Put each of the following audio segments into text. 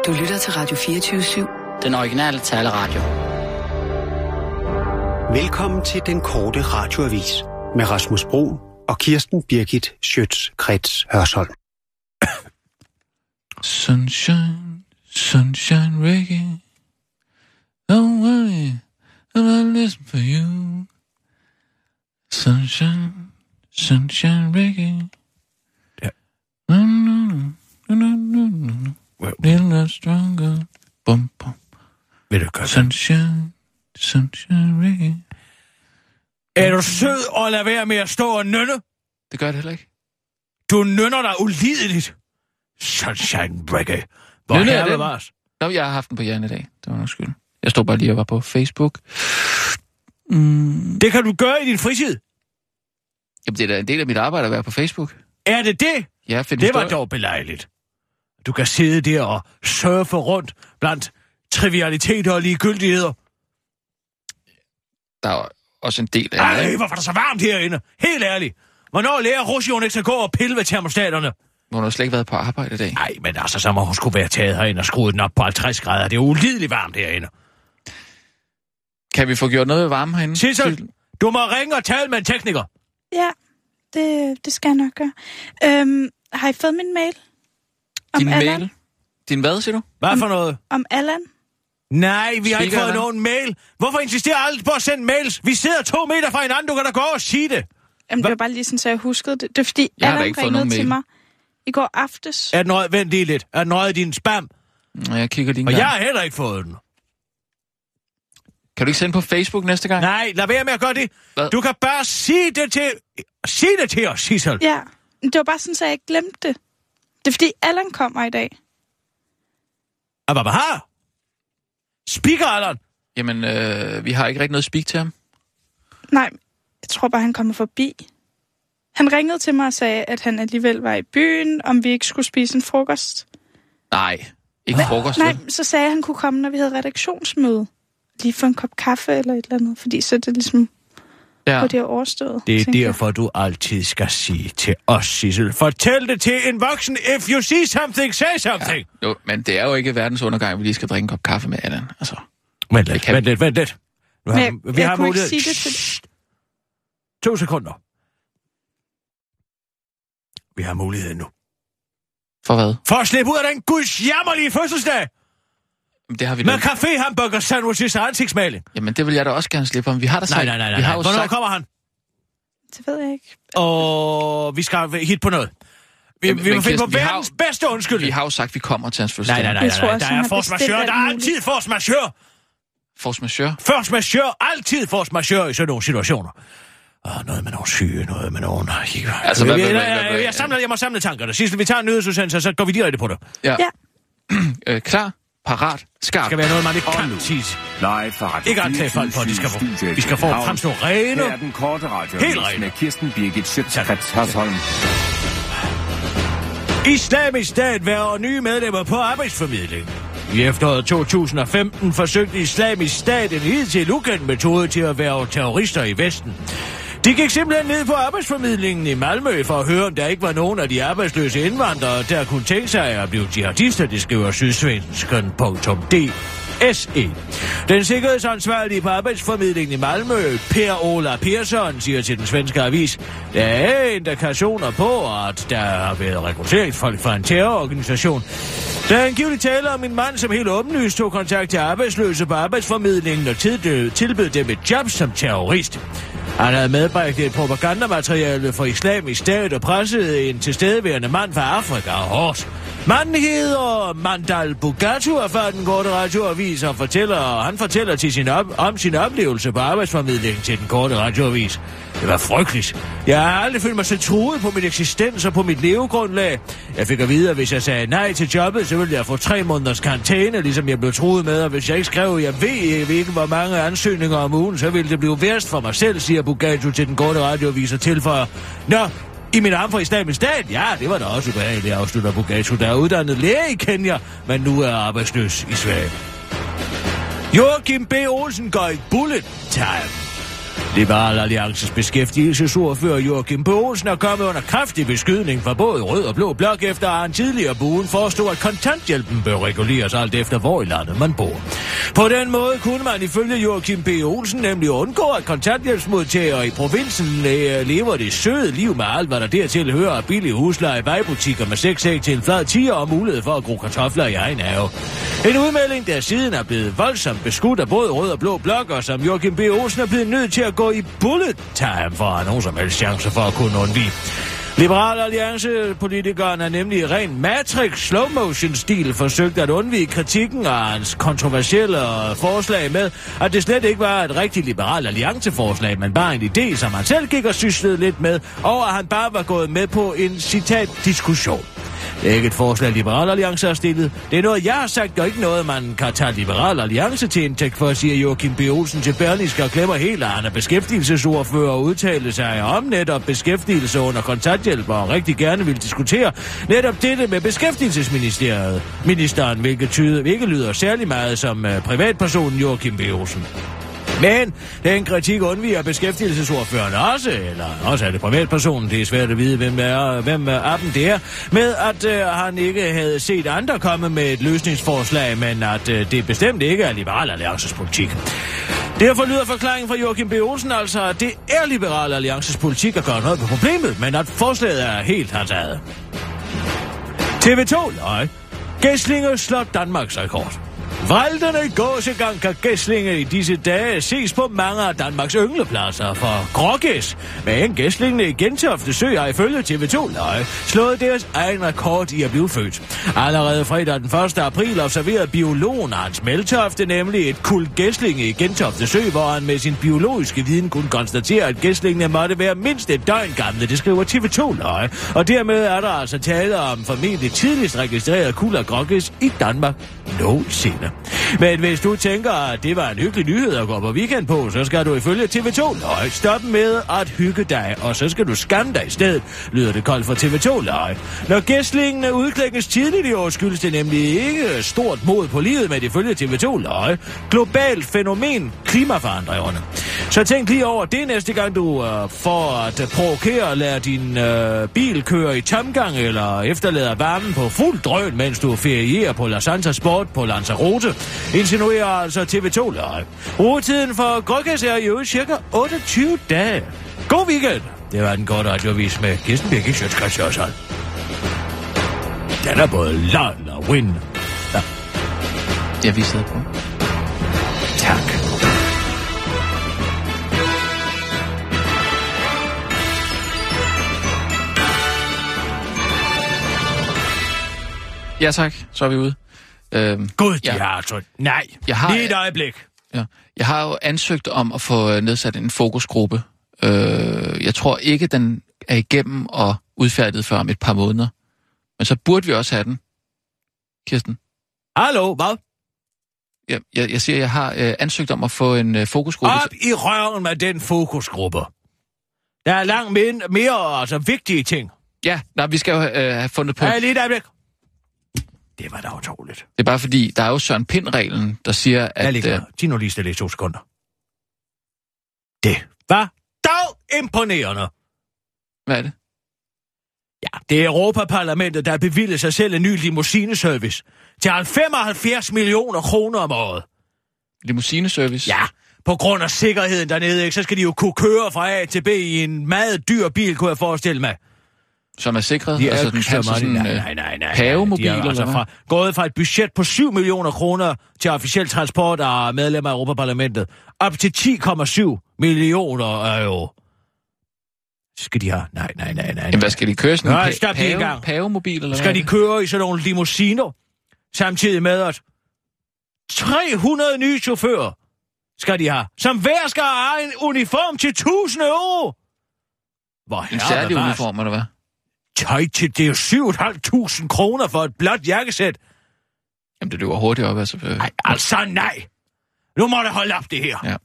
Du lytter til Radio 24/7. Den originale taleradio. Velkommen til den korte radioavis med Rasmus Bro og Kirsten Birgit Schøtz-Krets Hørsholm. Sunshine, sunshine reggae. Don't worry, I'll listen for you. Sunshine, sunshine reggae. Ja. Little love stronger. Bum, bum. Vil du gøre det? Sunshine, sunshine reggae. Er du sød og lad være med at stå og nynne? Det gør det heller ikke. Du nynner dig ulideligt. Sunshine reggae. Hvor Nynne er herre den? bevares. Nå, jeg har haft den på hjernen i dag. Det var nok skyld. Jeg stod bare lige og var på Facebook. Det kan du gøre i din fritid. Jamen, det er da en del af mit arbejde at være på Facebook. Er det det? Ja, find Det var historie. dog belejligt. Du kan sidde der og surfe rundt blandt trivialiteter og ligegyldigheder. Der er også en del af det. Ej, hvorfor er der så varmt herinde? Helt ærligt. Hvornår lærer Russion ikke at gå og pille ved termostaterne? Hun har slet ikke været på arbejde i dag. Nej, men altså, så må hun skulle være taget herind og skruet den op på 50 grader. Det er ulideligt varmt herinde. Kan vi få gjort noget ved varme herinde? Sissel, du må ringe og tale med en tekniker. Ja, det skal jeg nok gøre. Har I fået min mail? Din Allan? mail? Din hvad, siger du? Hvad for noget? Om Allan? Nej, vi har ikke Speaker, fået nogen mail. Hvorfor insisterer alle på at sende mails? Vi sidder 2 meter fra hinanden, du kan da gå og sige det. Jamen, det var bare lige sådan, så jeg huskede det. Det er fordi, Jeg har da Allan ikke fået nogen ringede til mail. mig i går aftes. Er den røget, vent lige lidt. Er den røget i din spam? Nå, jeg kigger lige en Og gang. jeg har heller ikke fået den. Kan du ikke sende på Facebook næste gang? Nej, lad være med at gøre det. Hvad? Du kan bare sige det til os, Sissel. Ja, men det var bare sådan, så jeg ikke glemte det. Det er fordi, Allan kommer i dag. Hvad har? Speaker, Allan. Jamen, vi har ikke rigtig noget speak til ham. Nej, jeg tror bare, han kommer forbi. Han ringede til mig og sagde, at han alligevel var i byen, om vi ikke skulle spise en frokost. Nej, ikke frokost. Nej, vel? så sagde jeg, at han kunne komme, når vi havde redaktionsmøde. Lige få en kop kaffe eller et eller andet, fordi så er det ligesom på det overstået. Det er tænker jeg. derfor, du altid skal sige til os, Sissel. Fortæl det til en voksen. If you see something, say something. Ja. Jo, men det er jo ikke verdens undergang, vi lige skal drikke en kop kaffe med Allan. Altså, Vent lidt. Nu Men jeg kunne ikke sige det til... 2 sekunder. Vi har mulighed nu. for hvad? For at slippe ud af den gudsjammerlige fødselsdag. Jamen, det har vi Med da... café, hamburger, sandwiches og ansigtsmaling. Jamen, det vil jeg da også gerne slippe om. Vi har da sagt... Nej. Vi har jo Hvornår sagt... kommer han? Det ved jeg ikke. Og vi skal hit på noget. Vi må finde på Kirsten, verdens bedste undskyldning. Vi har jo sagt, at vi kommer til hans fødselsdag. Nej. Jeg tror også, Der han er har force bestilt majeure. alt Der er muligt. altid force majeure. Force majeure. Force majeure. Altid force majeure i sådan nogle situationer. Noget med nogle syge, noget med nogen... Altså, hvad- Jeg må samle tankerne. Sidst vi tager en nyhedsudsendelse, så går vi direkte på det. Ja. Ja. Klar, parat, skarp. Det skal være noget, man ikke kan sige. Live fra Radio Ikke antage folk for, at vi skal få fremstå rene. Her er den korte radio. Helt rene. Med Kirsten Birgit Schøtz-Krets Hørsholm. Islamisk Stat værger nye medlemmer på arbejdsformidling. I efteråret 2015 forsøgte Islamisk Stat en hidtil ukendt metode til at værge terrorister i Vesten. De gik simpelthen ned på arbejdsformidlingen i Malmø for at høre, om der ikke var nogen af de arbejdsløse indvandrere, der kunne tænke sig at blive jihadister, det skriver sydsvensken.dse. Den sikkerhedsansvarlige på arbejdsformidlingen i Malmø, Per Ola Persson, siger til den svenske avis, der er indikationer på, at der har været rekruteringsfolk fra en terrororganisation. Der er angiveligt tale om en mand, som helt åbenlyst tog kontakt til arbejdsløse på arbejdsformidlingen og tilbød dem et job som terrorist. Han havde medbragt et propagandamateriale for Islamisk Stat og pressede en tilstedeværende mand fra Afrika hårdt. Manden hedder Mandal Bugatu af fra den korte radioavis og han fortæller til om sin oplevelse på arbejdsformidlingen til den korte radioavis. Det var frygteligt. Jeg har aldrig følt mig så truet på min eksistens og på mit levegrundlag. Jeg fik at vide, at hvis jeg sagde nej til jobbet, så ville jeg få 3 måneders karantæne, ligesom jeg blev truet med. Og hvis jeg ikke skrev, jeg ved ikke, hvor mange ansøgninger om ugen, så ville det blive værst for mig selv, siger Bugatu til den korte radioavis og tilføjer. Nå, i min arm for Islamisk Stat? Ja, det var da også ubehageligt, afslutter Bugatu, der er uddannet læge i Kenya, men nu er arbejdsløs i Sverige. Joachim B. Olsen går i bullet time. Liberal Alliances beskæftigelsesordfører Joachim B. Olsen er kommet under kraftig beskydning fra både rød og blå blok, efter at han tidligere på ugen forestod, at kontanthjælpen bør reguleres alt efter, hvor i landet man bor. På den måde kunne man ifølge Joachim B. Olsen nemlig undgå, at kontanthjælpsmodtagere i provinsen lever det søde liv med alt, hvad der dertil hører af billige husleje, vejbutikker med 6 æg til en flad 10'er og mulighed for at gro kartofler i egen have. En udmelding, der siden er blevet voldsomt beskudt af både rød og blå blok, og som Joachim B. Olsen er blevet nødt til at gå i bullet time for at have nogen som helst chance for at kunne undvige. Liberal Alliance-politikeren er nemlig i ren Matrix slow-motion-stil forsøgt at undvige kritikken af hans kontroversielle forslag med, at det slet ikke var et rigtigt Liberal Alliance-forslag, men bare en idé, som han selv gik og syslede lidt med, og at han bare var gået med på en citat-diskussion. Det er ikke et forslag, Liberal Alliance har stillet. Det er noget, jeg har sagt, og ikke noget, man kan tage Liberal Alliance til indtægt for, siger Joachim B. Olsen til Berlingske og glemmer helt, at han er beskæftigelsesordfører og udtale sig om netop beskæftigelse under kontanthjælp og rigtig gerne vil diskutere netop dette med beskæftigelsesministeren, hvilket ikke lyder særlig meget som privatpersonen Joachim B. Olsen. Men den kritik undviger beskæftigelsesordførerne også, eller også er det privatpersonen, det er svært at vide, hvem af dem det er, med at han ikke havde set andre komme med et løsningsforslag, men at det bestemt ikke er Liberal Alliances politik. Derfor lyder forklaringen fra Joachim B. Olsen altså, at det er Liberal Alliances politik at gøre noget på problemet, men at forslaget er helt hans eget. TV2 løg. Gæslinge slår Danmarks rekord. Vræltende gåsegang kan gæslinge i disse dage ses på mange af Danmarks ynglepladser for grågæs. Men gæslingene i Gentofte Sø har ifølge TV2 løg slået deres egen rekord i at blive født. Allerede fredag den 1. april observerede biologen Hans Meltofte nemlig et kuld gæslinge i Gentofte Sø, hvor han med sin biologiske viden kunne konstatere, at gæslingene måtte være mindst et døgn gamle. Det skriver TV2 løg. Og dermed er der altså tale om formentlig tidligst registreret kuld af grågæs i Danmark nogensinde. Men hvis du tænker, at det var en hyggelig nyhed at gå på weekend på, så skal du ifølge TV2 løg stoppe med at hygge dig, og så skal du skamme dig i stedet, lyder det koldt for TV2 løg. Når gæstlingene udklækkes tidligt i år, skyldes det nemlig ikke stort mod på livet, men ifølge TV2 løg globalt fænomen klimaforandringerne. Så tænk lige over det næste gang du får at provokere og lade din bil køre i tomgang, eller efterlader varmen på fuld drøn, mens du ferierer på La Santa Sport på Lanzarote, insinuerer altså TV2 løg. Rugetiden for grågæs er jo cirka 28 dage. God weekend! Det var den korte radioavis med Kirsten Birgit Schøtz-Krets Hørsholm. Den er både lal og win. Ja. Det har vi siddet på. Tak. Ja tak, så er vi ude. Gud, ja. Nej, lige et øjeblik. Ja. Jeg har jo ansøgt om at få nedsat en fokusgruppe. Jeg tror ikke, den er igennem og udfærdiget før om et par måneder. Men så burde vi også have den. Kirsten? Hallo, hvad? Ja, jeg siger, jeg har ansøgt om at få en fokusgruppe. Op i røven med den fokusgruppe. Der er langt mere altså vigtige ting. Ja, vi skal jo have fundet på... Ja, lige et øjeblik. Det var da utroligt. Det er bare fordi, der er jo Søren Pind-reglen, der siger, at... Jeg ligger. Tino lige stille i 2 sekunder. Det var dog imponerende. Hvad er det? Ja, det er Europaparlamentet, der bevilger sig selv en ny limousineservice til 75 millioner kroner om året. Limousineservice? Ja, på grund af sikkerheden dernede, ikke? Så skal de jo kunne køre fra A til B i en meget dyr bil, kunne jeg forestille mig. Som er sikret? De er altså, den passer sådan nej. pavemobil, eller altså gået fra et budget på 7 millioner kroner til officiel transport af medlemmer af Europaparlamentet op til 10,7 millioner euro. Skal de have? Nej. Jamen, hvad skal de køre? Sådan en pavemobil, eller skal de køre i sådan nogle limousiner, samtidig med at 300 nye chauffører skal de have, som hver skal have en uniform til 1000 euro. En særlig uniform, eller hvad? Det er jo 7.500 kroner for et blåt jakkesæt. Jamen, det løber hurtigt op, altså. Nej. Nu må det holde op, det her. Ja.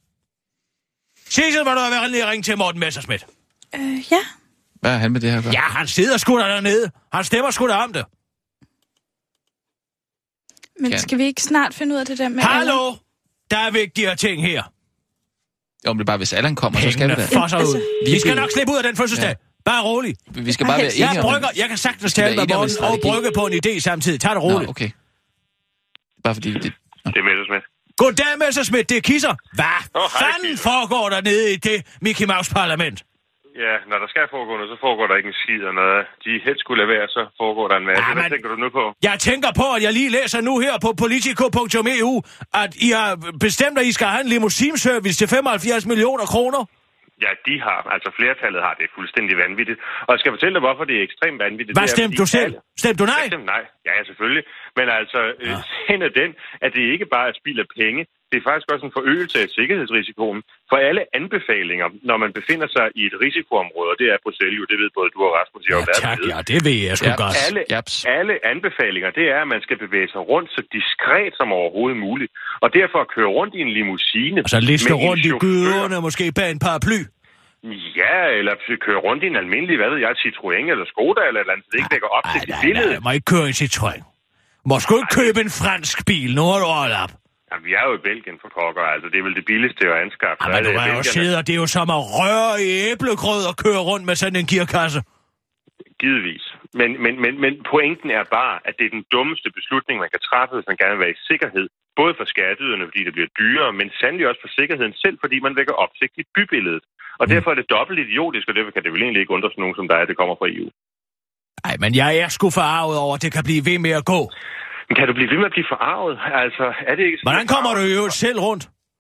Sissel, hvor du har været lige at ringe til Morten Messerschmidt. Ja. Hvad er han med det her? Ja, han sidder sgu der dernede. Han stemmer sgu der om det. Men skal vi ikke snart finde ud af det der med... Hallo! Der er vigtigere ting her. Jo, men det er bare, hvis Allan kommer, så skal vi da. Fosser ud. Vi skal nok slippe ud af den fødselsdag. Ja. Bare rolig. Vi skal bare være enige jeg kan sagtens tale med morgen og brygge på en idé samtidig. Tag det roligt. Nå, okay. Bare fordi det... Det er Messerschmidt. Goddag, Messerschmidt. Det er Kisser. Hvad fanden foregår der nede i det Mickey Mouse-parlament? Ja, når der skal foregå noget, så foregår der ikke en skid, og når de helst skulle lade være, så foregår der en masse. Hvad tænker du nu på? Jeg tænker på, at jeg lige læser nu her på politico.eu, at I har bestemt, at I skal have en limousineservice til 75 millioner kroner. Ja, de har. Altså flertallet har. Det er fuldstændig vanvittigt. Og jeg skal fortælle dig, hvorfor det er ekstremt vanvittigt. Hvad stemte du selv? Stemte du nej? Nej. Ja, selvfølgelig. Men altså, sagen er den, at det ikke bare er spild af penge. Det er faktisk også en forøgelse af sikkerhedsrisikoen. For alle anbefalinger, når man befinder sig i et risikoområde, og det er Bruxelles jo, det ved både du og Rasmus, jeg har været tak, ja, det ved jeg sgu godt. Alle anbefalinger, det er, at man skal bevæge sig rundt så diskret som overhovedet muligt. Og derfor at køre rundt i en limousine... Og så liste rundt i gyderne, måske bag en paraply. Ja, eller køre rundt i en almindelig, hvad ved jeg, Citroën eller Skoda eller et eller andet, så det ikke lægger op til det billede. Nej, jeg må ikke køre en Citroën. Må sgu ikke købe en fransk bil, nu har du holdt op. Ja, vi er jo i Belgien for pokker, altså det er vel det billigste at anskaffe. Ja, men du kan jo sidde, og det er jo som at røre i æblegrød og køre rundt med sådan en gearkasse. Givetvis. Men pointen er bare, at det er den dummeste beslutning, man kan træffe, hvis man gerne vil være i sikkerhed. Både for skatteyderne, fordi det bliver dyrere, men sandelig også for sikkerheden selv, fordi man vækker opsigt i bybilledet. Og derfor er det dobbelt idiotisk, og derfor kan det vel egentlig ikke undre sådan nogen som dig, at det kommer fra EU. Nej, men jeg er sgu forarvet over, at det kan blive ved med at gå. Men kan du blive ved med at blive forarvet? Altså, er det ikke... Hvordan kommer du jo selv rundt?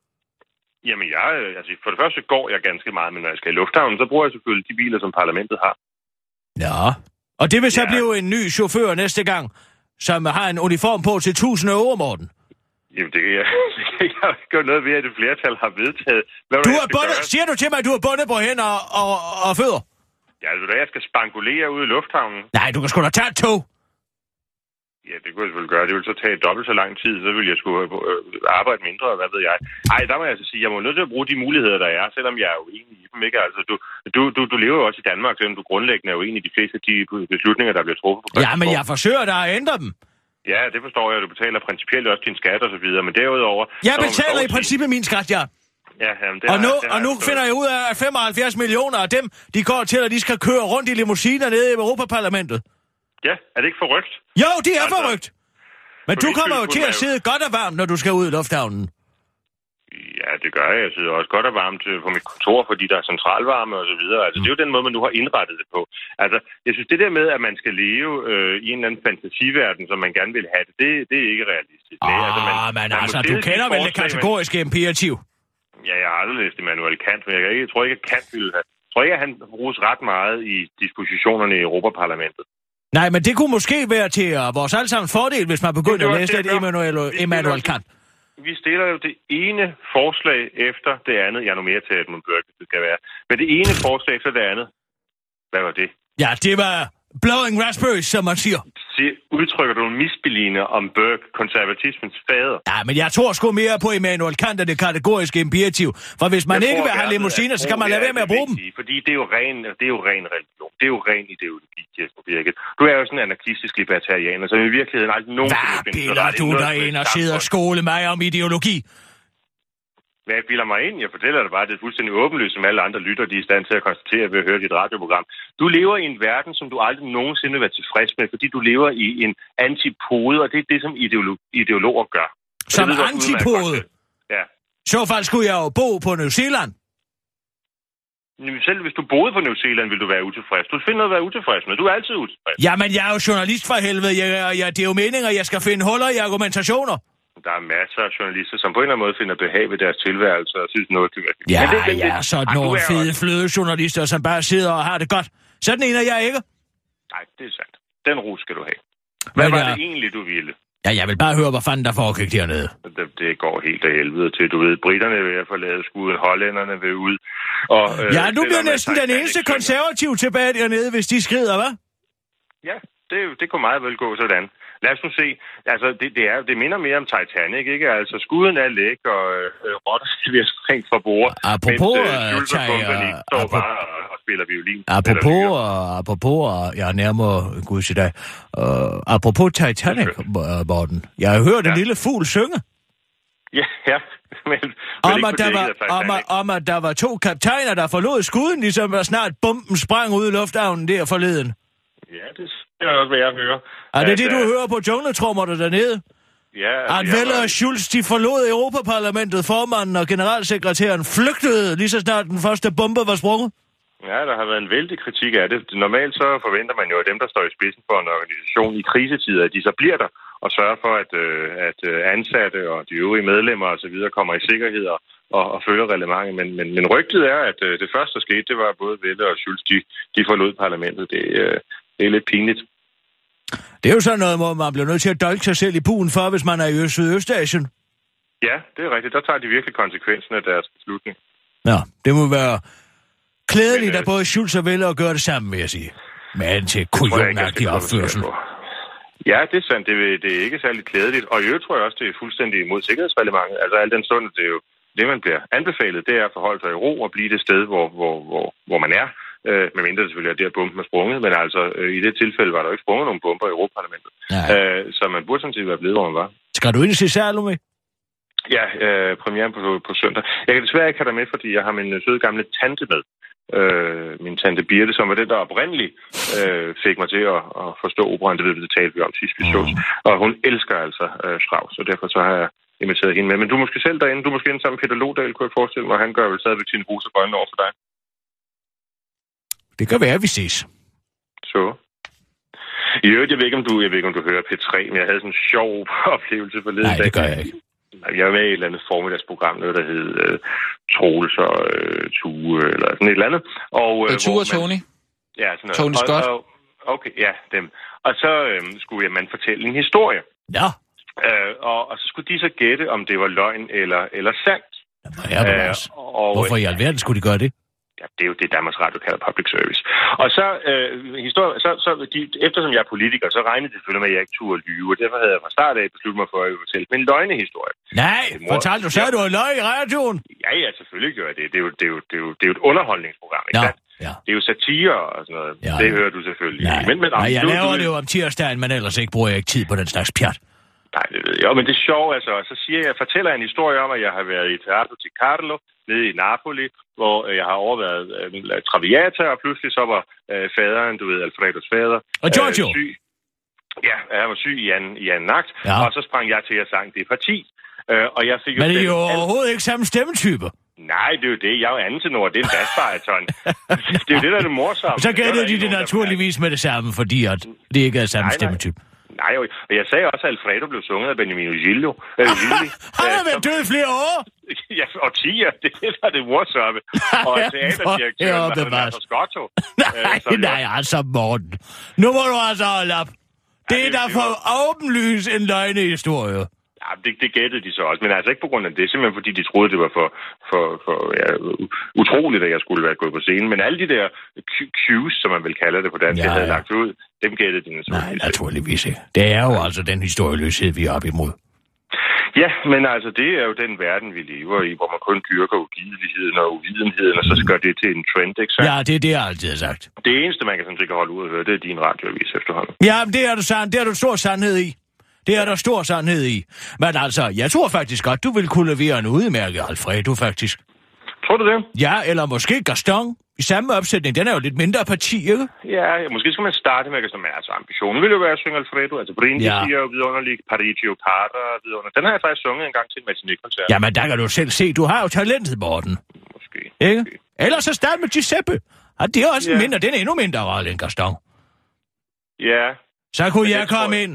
Jamen, for det første går jeg ganske meget, men når jeg skal i lufthavnen, så bruger jeg selvfølgelig de biler, som parlamentet har. Ja, og det vil så blive en ny chauffør næste gang, som har en uniform på til 1000 euro, Morten. Jamen, det kan jeg ikke gøre noget ved, at det flertal har vedtaget. Siger du til mig, at du er bundet på hænder og fødder? Ja, altså, da jeg skal spangulere ude i lufthavnen... Nej, du kan sgu da tage et tog. Ja, det kunne jeg selvfølgelig gøre. Det ville så tage dobbelt så lang tid, så ville jeg skulle arbejde mindre, hvad ved jeg. Ej, der må jeg altså sige, jeg må nødt til at bruge de muligheder, der er, selvom jeg er uenig i dem, ikke? Altså, du lever jo også i Danmark, selvom du grundlæggende er uenig i de fleste af de beslutninger, der bliver truffet på Christiansborg. Ja, men jeg forsøger da at ændre dem. Ja, det forstår jeg. Du betaler principielt også din skat og så videre, men derudover... Jeg betaler i princippet min skat, ja. Ja, jamen, og nu finder jeg ud af, at 75 millioner af dem, de går til, at de skal køre rundt i limousiner nede i Europaparlamentet. Ja, er det ikke forrygt? Jo, det er forrygt. Men du kommer jo til at sidde godt og varmt, når du skal ud i lufthavnen. Ja, det gør jeg. Jeg sidder også godt og varmt på mit kontor, fordi der er centralvarme og så videre. Altså, det er jo den måde, man nu har indrettet det på. Altså, jeg synes, det der med, at man skal leve i en eller anden fantasiverden, som man gerne vil have det er ikke realistisk. Du kender vel det kategoriske imperativ? Ja, jeg har aldrig læst Immanuel Kant, men jeg tror ikke, at Kant ville have... Jeg tror ikke, at han bruges ret meget i dispositionerne i Europaparlamentet. Nej, men det kunne måske være til vores allesammen fordel, hvis man begyndte at læse lidt Immanuel Kant. Vi stiller jo det ene forslag efter det andet. Jeg er nu mere til Edmund Burke, det skal være. Men det ene forslag efter det andet. Hvad var det? Ja, det var blowing raspberries, som man siger. Udtrykker du en misbeligende om Burke, konservatismens fader? Ja, men jeg tror sgu mere på Immanuel Kant og det kategoriske imperativ. For hvis man ikke vil have limousiner, så kan man lade være med at bruge dem. Fordi det er jo ren religion. Det er jo ren ideologi, Jesper Birgit. Du er jo sådan en anarkistisk libertarianer, som i virkeligheden aldrig nogensinde... Hvad bilder du dig ind og sidder og skole mig om ideologi? Men jeg bilder mig ind. Jeg fortæller dig bare, at det er fuldstændig åbenlyst, som alle andre lytter, de er i stand til at konstatere ved at høre dit radioprogram. Du lever i en verden, som du aldrig nogensinde vil være tilfreds med, fordi du lever i en antipode, og det er det, som ideologer gør. Som antipode? Ja. I så fald skulle jeg jo bo på New Zealand. Selv hvis du boede på New Zealand, vil du være utilfreds. Du finder noget at være utilfreds med. Du er altid utilfreds. Jamen, jeg er jo journalist for helvede. Det er jo meningen, at jeg skal finde huller i argumentationer. Der er masser af journalister, som på en eller anden måde finder behag ved deres tilværelse og synes noget til det. Ja, sådan nogle fede flødejournalister, som bare sidder og har det godt. Sådan en er jeg ikke. Nej, det er sandt. Den ro skal du have. Hvad var det egentlig, du ville? Ja, jeg vil bare høre, hvad fanden der foregik dernede. Det går helt af helvede til. Du ved, britterne vil have forladet skuden, hollænderne vil ud. Og, nu bliver næsten den eneste konservativ tilbage dernede, hvis de skrider, hva'? Ja, det kunne meget vel gå sådan. Lad os nu se. Altså, det minder mere om Titanic, ikke? Altså, skuden er læk, og rotter bliver sprængt fra bord. Apropos, står bare og spiller violin. Apropos, jeg nærmer Gud til dig. Apropos Titanic, Morten. Jeg har hørt en lille fugl synge. Ja. Men om at der var 2 kaptajner, der forlod skuden, ligesom var snart bomben sprang ud i lufthavnen der forleden. Ja, det er også, hvad jeg hører. Er det det, du hører på jungletrummerne dernede? Ja. At Welle og Schulz, de forlod Europaparlamentet, formanden og generalsekretæren flygtede, lige så snart den første bombe var sprunget? Ja, der har været en vældig kritik af det. Normalt så forventer man jo, at dem, der står i spidsen for en organisation i krisetider, at de så bliver der og sørger for, at ansatte og de øvrige medlemmer og så videre kommer i sikkerhed og følger reglementet. Men rygtet er, at det første, der skete, det var både Welle og Schulz, de forlod parlamentet. Det er lidt pinligt. Det er jo sådan noget, hvor man bliver nødt til at dolke sig selv i buen for, hvis man er i Sydøstasien. Ja, det er rigtigt. Der tager de virkelig konsekvensen af deres beslutning. Ja, det må være klædeligt, at både Schulz og Welle at gøre det sammen, vil jeg sige. Men til kujonagtig opførsel. Ja, det er sandt. Det er ikke særlig klædeligt. Og i øvrigt tror jeg også, det er fuldstændig imod sikkerhedsreglementet. Altså al den stund, det er jo det, man bliver anbefalet, det er at forholde sig i ro og blive det sted, hvor man er. Medmindre det selvfølgelig er der, bomben er sprunget. Men altså, i det tilfælde var der jo ikke sprunget nogen bomber i Europaparlamentet. Så man burde sådan set være blevet, hvor man var. Skal du ind i Salome? Ja, premieren på søndag. Jeg kan desværre ikke have dig med, fordi jeg har min søde gamle tante med. Min tante Birte, som var den, der oprindeligt fik mig til at forstå operaen. Det talte vi om sidst vi sås. Og hun elsker altså Strauss, og derfor så har jeg inviteret hende med. Men du er måske selv derinde. Du er måske inde sammen med Peter Lodal, kunne jeg forestille mig, og han gør vel stadigvæk sine huse grønne over for dig. Det kan være, at vi ses. Så. I øvrigt, jeg ved ikke, om du hører P3, men jeg havde sådan en sjov oplevelse forleden dag. Nej, det gør jeg ikke. Jeg var med i et eller andet formiddagsprogram, noget der hed Troels og Tue, eller sådan et eller andet. Og Tue og Tony? Ja, sådan noget. Tony Scott? Okay, ja, dem. Og så skulle man fortælle en historie. Ja. Og så skulle de så gætte, om det var løgn eller sandt. Hvorfor i alverden skulle de gøre det? Ja, det er jo det, Danmarks Radio kalder public service. Og så, eftersom jeg er politiker, så regnede det selvfølgelig med, at jeg ikke turde lyve, og derfor havde jeg fra start af besluttet mig for at fortælle en løgnehistorie. Nej, fortalte du, sagde du en løg i radioen? Ja, selvfølgelig gør jeg det. Det er jo et underholdningsprogram, ikke sandt? Ja. Det er jo satire og sådan noget. Ja. Det hører du selvfølgelig. Nej, jeg laver det jo om tirsdagen, men ellers ikke bruger jeg ikke tid på den slags pjat. Nej, det ved jeg. Men det er sjovt, altså. Så fortæller jeg en historie om, at jeg har været i Teatro di Carlo nede i Napoli, hvor jeg har overvejet Traviata, og pludselig så var faderen, du ved, Alfredos fader, og Giorgio. Syg. Ja, han var syg i anden akt, og så sprang jeg til at sang det parti. Og jeg fik men det er jo overhovedet ikke samme stemmetyper. Nej, det er jo det. Jeg er jo antenor. Det er en basbariton. Det er jo det, der er det morsomme. Så gættede de det naturligvis med det samme, fordi at det ikke er samme stemmetype. Nej, og jeg sagde også, at Alfredo blev sunget af Benjamin Gilli. Han har været død i flere år. Ja, årtier. Det er det morsomme. Og teaterdirektøren var Renato Scotto. Nej, altså Morten. Nu må du altså holde op. Det er da for åbenlyst en løgnehistorie. Ja, det gættede de så også, men altså ikke på grund af det, simpelthen fordi de troede, det var for utroligt, at jeg skulle være gået på scenen. Men alle de der cues, som man vil kalde det på dansk, jeg havde lagt ud, dem gættede de naturligvis. Nej, naturligvis ikke. Det er jo altså den historieløshed, vi er op imod. Ja, men altså, det er jo den verden, vi lever i, hvor man kun dyrker ugideligheden og uvidenheden, og så gør det til en trend, ikke sant? Ja, det er det, jeg altid har sagt. Det eneste, man kan sådan set holde ud og høre, det er din radioavis efterhånden. Ja, det er du stor sandhed i. Det er der stor sandhed i. Men altså, jeg tror faktisk godt, du vil kunne levere en udmærket Alfredo, faktisk. Tror du det? Ja, eller måske Gaston. I samme opsætning. Den er jo lidt mindre parti, ikke? Ja, måske skal man starte med Gaston. Men altså, ambitionen vil jo være at synge Alfredo. Altså, Brindisi er jo vidunderlig. Parigi og Parter er vidunderlig. Den har jeg faktisk sunget en gang til en matiné-koncert. Jamen, der kan du selv se. Du har jo talentet, Morten. Måske. Ikke? Ellers så start med Giuseppe. Og det er også mindre. Den er endnu mindre rolle end Gaston. Ja. Så kunne jeg komme ind.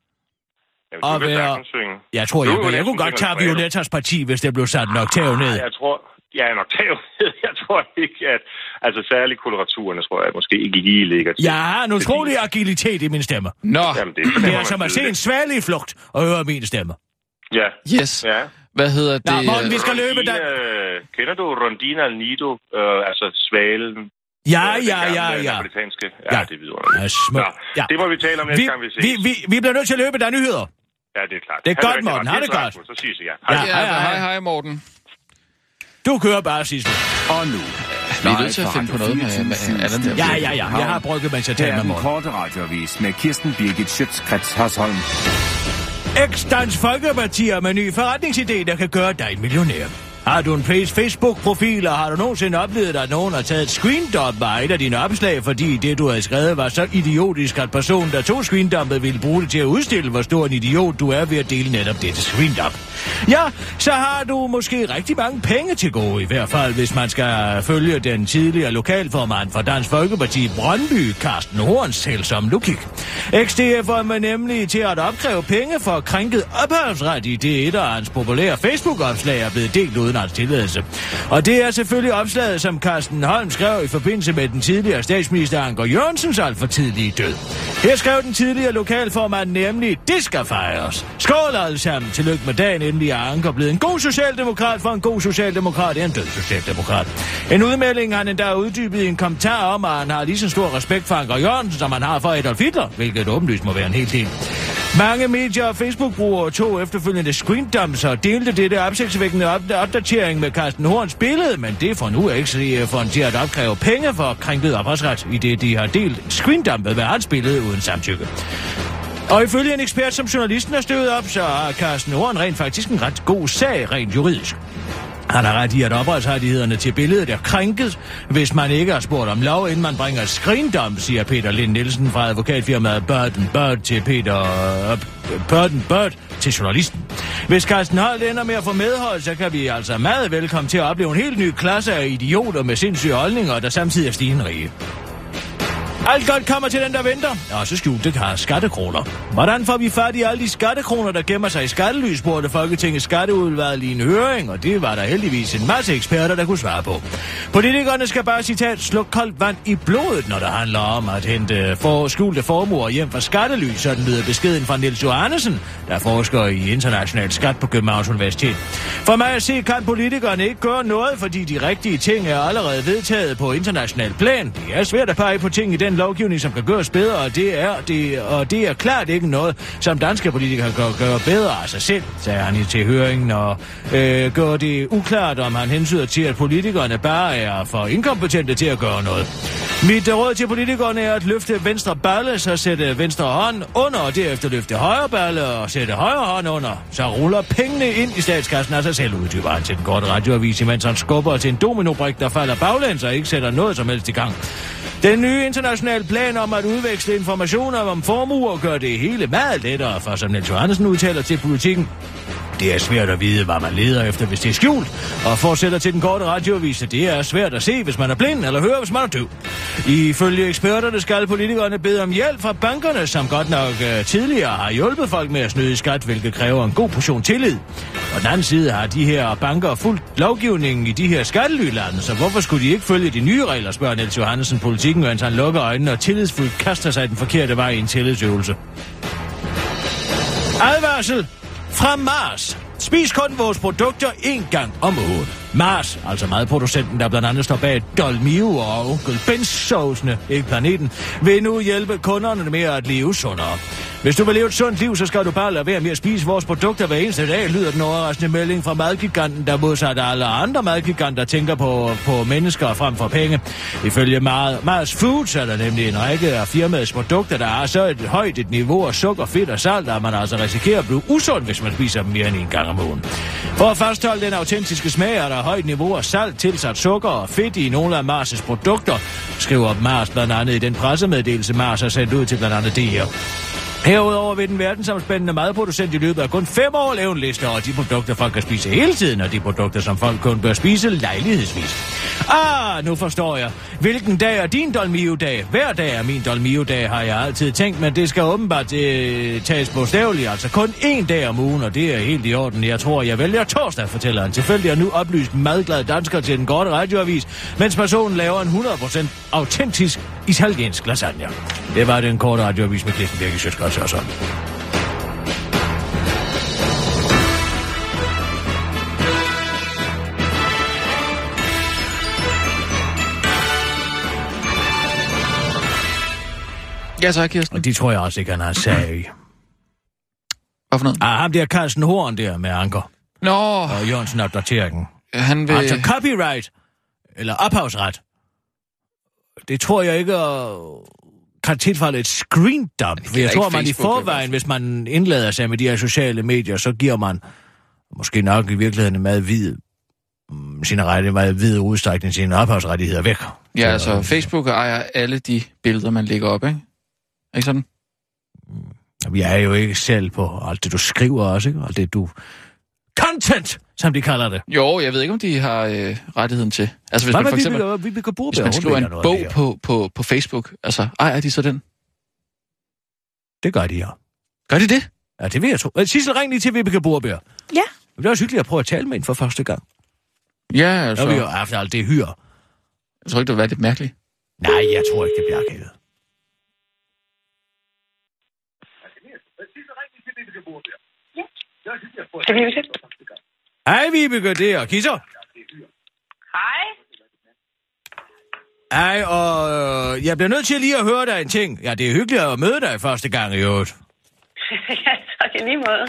Og jeg tror, jeg kunne godt tage Violettas parti, hvis det blev sat en oktav ned. Jeg tror, en oktav ned. Jeg tror ikke, at... Altså, særligt koloraturen, tror jeg, måske ikke lige ligger til. Jeg har en utrolig agilitet i min stemme. Nå. Jamen, det er som at se en svale i flugt og høre min stemme. Ja. Yes. Ja. Hvad hedder det? Nå, Morten, vi skal løbe der. Kender du Rondina al Nido? Altså, svalen... Ja. Napolitanske. Ja, det er vidunderligt. Ja. Det må vi tale om næste gang, vi ses. Vi bliver nødt til at løbe, der er nyheder. Ja, det er klart. Det er godt, Morten. Ha' det godt. Så siges jeg. Hej, Morten. Du kører bare, Sissel. Og nu. Vi er nødt til at finde på noget med andet. Ja. Jeg har brygget, mens jeg taler med Morten. Korte radioavis med Kirsten Birgit Schøtz-Krets Hørsholm. Dansk Folkeparti med en ny forretningsidé, der kan gøre dig en millionær. Har du en Facebook-profil, og har du nogensinde oplevet, at nogen har taget et screendump af et af dine opslag, fordi det, du havde skrevet, var så idiotisk, at personen, der tog screendumpet, ville bruge det til at udstille, hvor stor en idiot du er ved at dele netop dette screendump? Ja, så har du måske rigtig mange penge til gode, i hvert fald, hvis man skal følge den tidligere lokalformand for Dansk Folkeparti Brøndby, Carsten Horns selvsomme logik. XDF var nemlig til at opkræve penge for krænket ophavsret i det et af hans populære Facebook-opslag er blevet delt uden hans tilladelse. Og det er selvfølgelig opslaget, som Carsten Holm skrev i forbindelse med den tidligere statsminister Anker Jørgensens alt for tidlige død. Her skrev den tidligere lokalformand nemlig, det skal fejres. Skål alle sammen. Tillykke med dagen, endelig er Anker blevet en god socialdemokrat, for en god socialdemokrat er en død socialdemokrat. En udmelding han endda uddybet i en kommentar om, at han har lige så stor respekt for Anker Jørgensen, som han har for Adolf Hitler, hvilket åbenlyst må være en hel del. Mange medier og Facebook-brugere tog efterfølgende screendumps og delte dette opsigtsvækkende opdatering med Carsten Horns billede, men det får nu ikke for til at opkræve penge for krænket ophavsret, i det de har delt screendumpet med hans billede uden samtykke. Og ifølge en ekspert, som journalisten har støvet op, så har Carsten Horn rent faktisk en ret god sag rent juridisk. Han har ret i, at ophavsrettighederne til billedet er krænket, hvis man ikke har spurgt om lov, inden man bringer screendump, siger Peter Lind Nielsen fra advokatfirmaet Burden Bird til journalisten. Hvis Carsten Holt ender med at få medhold, så kan vi altså meget velkommen til at opleve en helt ny klasse af idioter med sindssyge holdninger, der samtidig er stenrige. Alt godt kommer til den, der venter. Og så skjulte skattekroner. Hvordan får vi fat i alle de skattekroner, der gemmer sig i skattely, spurgte Folketingets skatteudvalg i en høring, og det var der heldigvis en masse eksperter, der kunne svare på. Politikerne skal bare, citat, slå koldt vand i blodet, når det handler om at hente skjulte formuer hjem fra skattely, sådan lyder beskeden fra Niels Johannesen, der forsker i international skat på Københavns Universitet. For mig at se, kan politikerne ikke gøre noget, fordi de rigtige ting er allerede vedtaget på international plan. Det er svært at pege på ting i den lovgivning, som kan gøres bedre, og det er klart ikke noget, som danske politikere kan gøre bedre af sig selv, sagde han til høringen, og gør det uklart, om han hensyder til, at politikerne bare er for inkompetente til at gøre noget. Mit råd til politikerne er at løfte venstre balle, så sætte venstre hånd under, og derefter løfte højre balle og sætte højre hånd under. Så ruller pengene ind i statskassen af sig selv, uddyber han til den korte radioavis, imens han skubber til en dominobrik, der falder baglæns og ikke sætter noget som helst i gang. Den nye internationale plan om at udveksle informationer om formuer gør det hele meget lettere, for som Niels Johannesen udtaler til Politikken. Det er svært at vide, hvad man leder efter, hvis det er skjult, og fortsætter til den korte radioavis, det er svært at se, hvis man er blind, eller høre, hvis man er døv. Ifølge eksperterne skal politikerne bede om hjælp fra bankerne, som godt nok tidligere har hjulpet folk med at snyde i skat, hvilket kræver en god portion tillid. På den anden side har de her banker fulgt lovgivningen i de her skattelylande, så hvorfor skulle de ikke følge de nye regler, spørger Niels Johannesen Politikken, mens han lukker øjnene og tillidsfuldt kaster sig den forkerte vej i en tillidsøvelse. Advarsel fra Mars. Spis kun vores produkter én gang om ugen. Mars, altså madproducenten, der blandt andet står bag Dolmio og Onkel Bens sovsene, ikke planeten, vil nu hjælpe kunderne med at leve sundere. Hvis du vil leve et sundt liv, så skal du bare lade være med at spise vores produkter hver eneste dag, lyder den overraskende melding fra madgiganten, der modsat alle andre madgiganter tænker på mennesker frem for penge. Ifølge Mars Foods er der nemlig en række af firmaets produkter, der har så et højt et niveau af sukker, fedt og salt, at man altså risikerer at blive usund, hvis man spiser dem mere end en gang om ugen. For at fastholde den autentiske smag er der højt niveau af salt, tilsat sukker og fedt i nogle af Mars' produkter, skriver Mars blandt andet i den pressemeddelelse, Mars har sendt ud til blandt andet det her. Herudover vil den verdensomspændende madproducent i løbet af kun 5 år lave en liste over de produkter, folk kan spise hele tiden, og de produkter, som folk kun bør spise lejlighedsvis. Nu forstår jeg. Hvilken dag er din Dolmio-dag? Hver dag er min Dolmio-dag, har jeg altid tænkt, men det skal åbenbart tages bogstaveligt, altså kun 1 dag om ugen, og det er helt i orden. Jeg tror, jeg vælger torsdag, fortæller han. Tilfældig er nu oplyst madglad dansker til den korte radioavis, mens personen laver en 100% autentisk italiensk lasagne. Det var den korte radioavis med Kirsten Birgit Sjøtskreds. Ja, så Kirsten. Og de tror jeg også ikke, han har sag i. Hvad for noget? Ham der Carsten Horn der med Anker. Nå. Og Jørgensen opdateringen. Han vil... Altså copyright. Eller ophavsret. Det tror jeg ikke, kan tilfælde et screen dump. For jeg tror, man i forvejen, hvis man indlader sig med de her sociale medier, så giver man måske nok i virkeligheden en meget vid udstrækning sine ophavsrettigheder væk. Ja, altså Facebook ejer alle de billeder, man lægger op, ikke? Ikke sådan? Jeg er jo ikke selv på alt det, du skriver også, ikke? Alt det, du... Content, som de kalder det. Jo, jeg ved ikke, om de har rettigheden til. Altså, hvis man for eksempel... Hvis man skriver en bog på Facebook, altså, ejer de så den? Det gør de, ja. Gør de det? Ja, det vil jeg tro. Sissel, ring lige til Vibeke Borbjerg. Ja. Det er også hyggeligt at prøve at tale med hende for første gang. Ja, altså... Når vi jo efter alt det hyr. Jeg tror ikke, det vil være lidt mærkeligt. Nej, jeg tror ikke, det bliver akavet. Det er Vibeke. Hej Vibeke, det er Kisser. Hej. Hej, og jeg bliver nødt til lige at høre dig en ting. Ja, det er hyggeligt at møde dig første gang i øvrigt. Ja, tak i lige måde.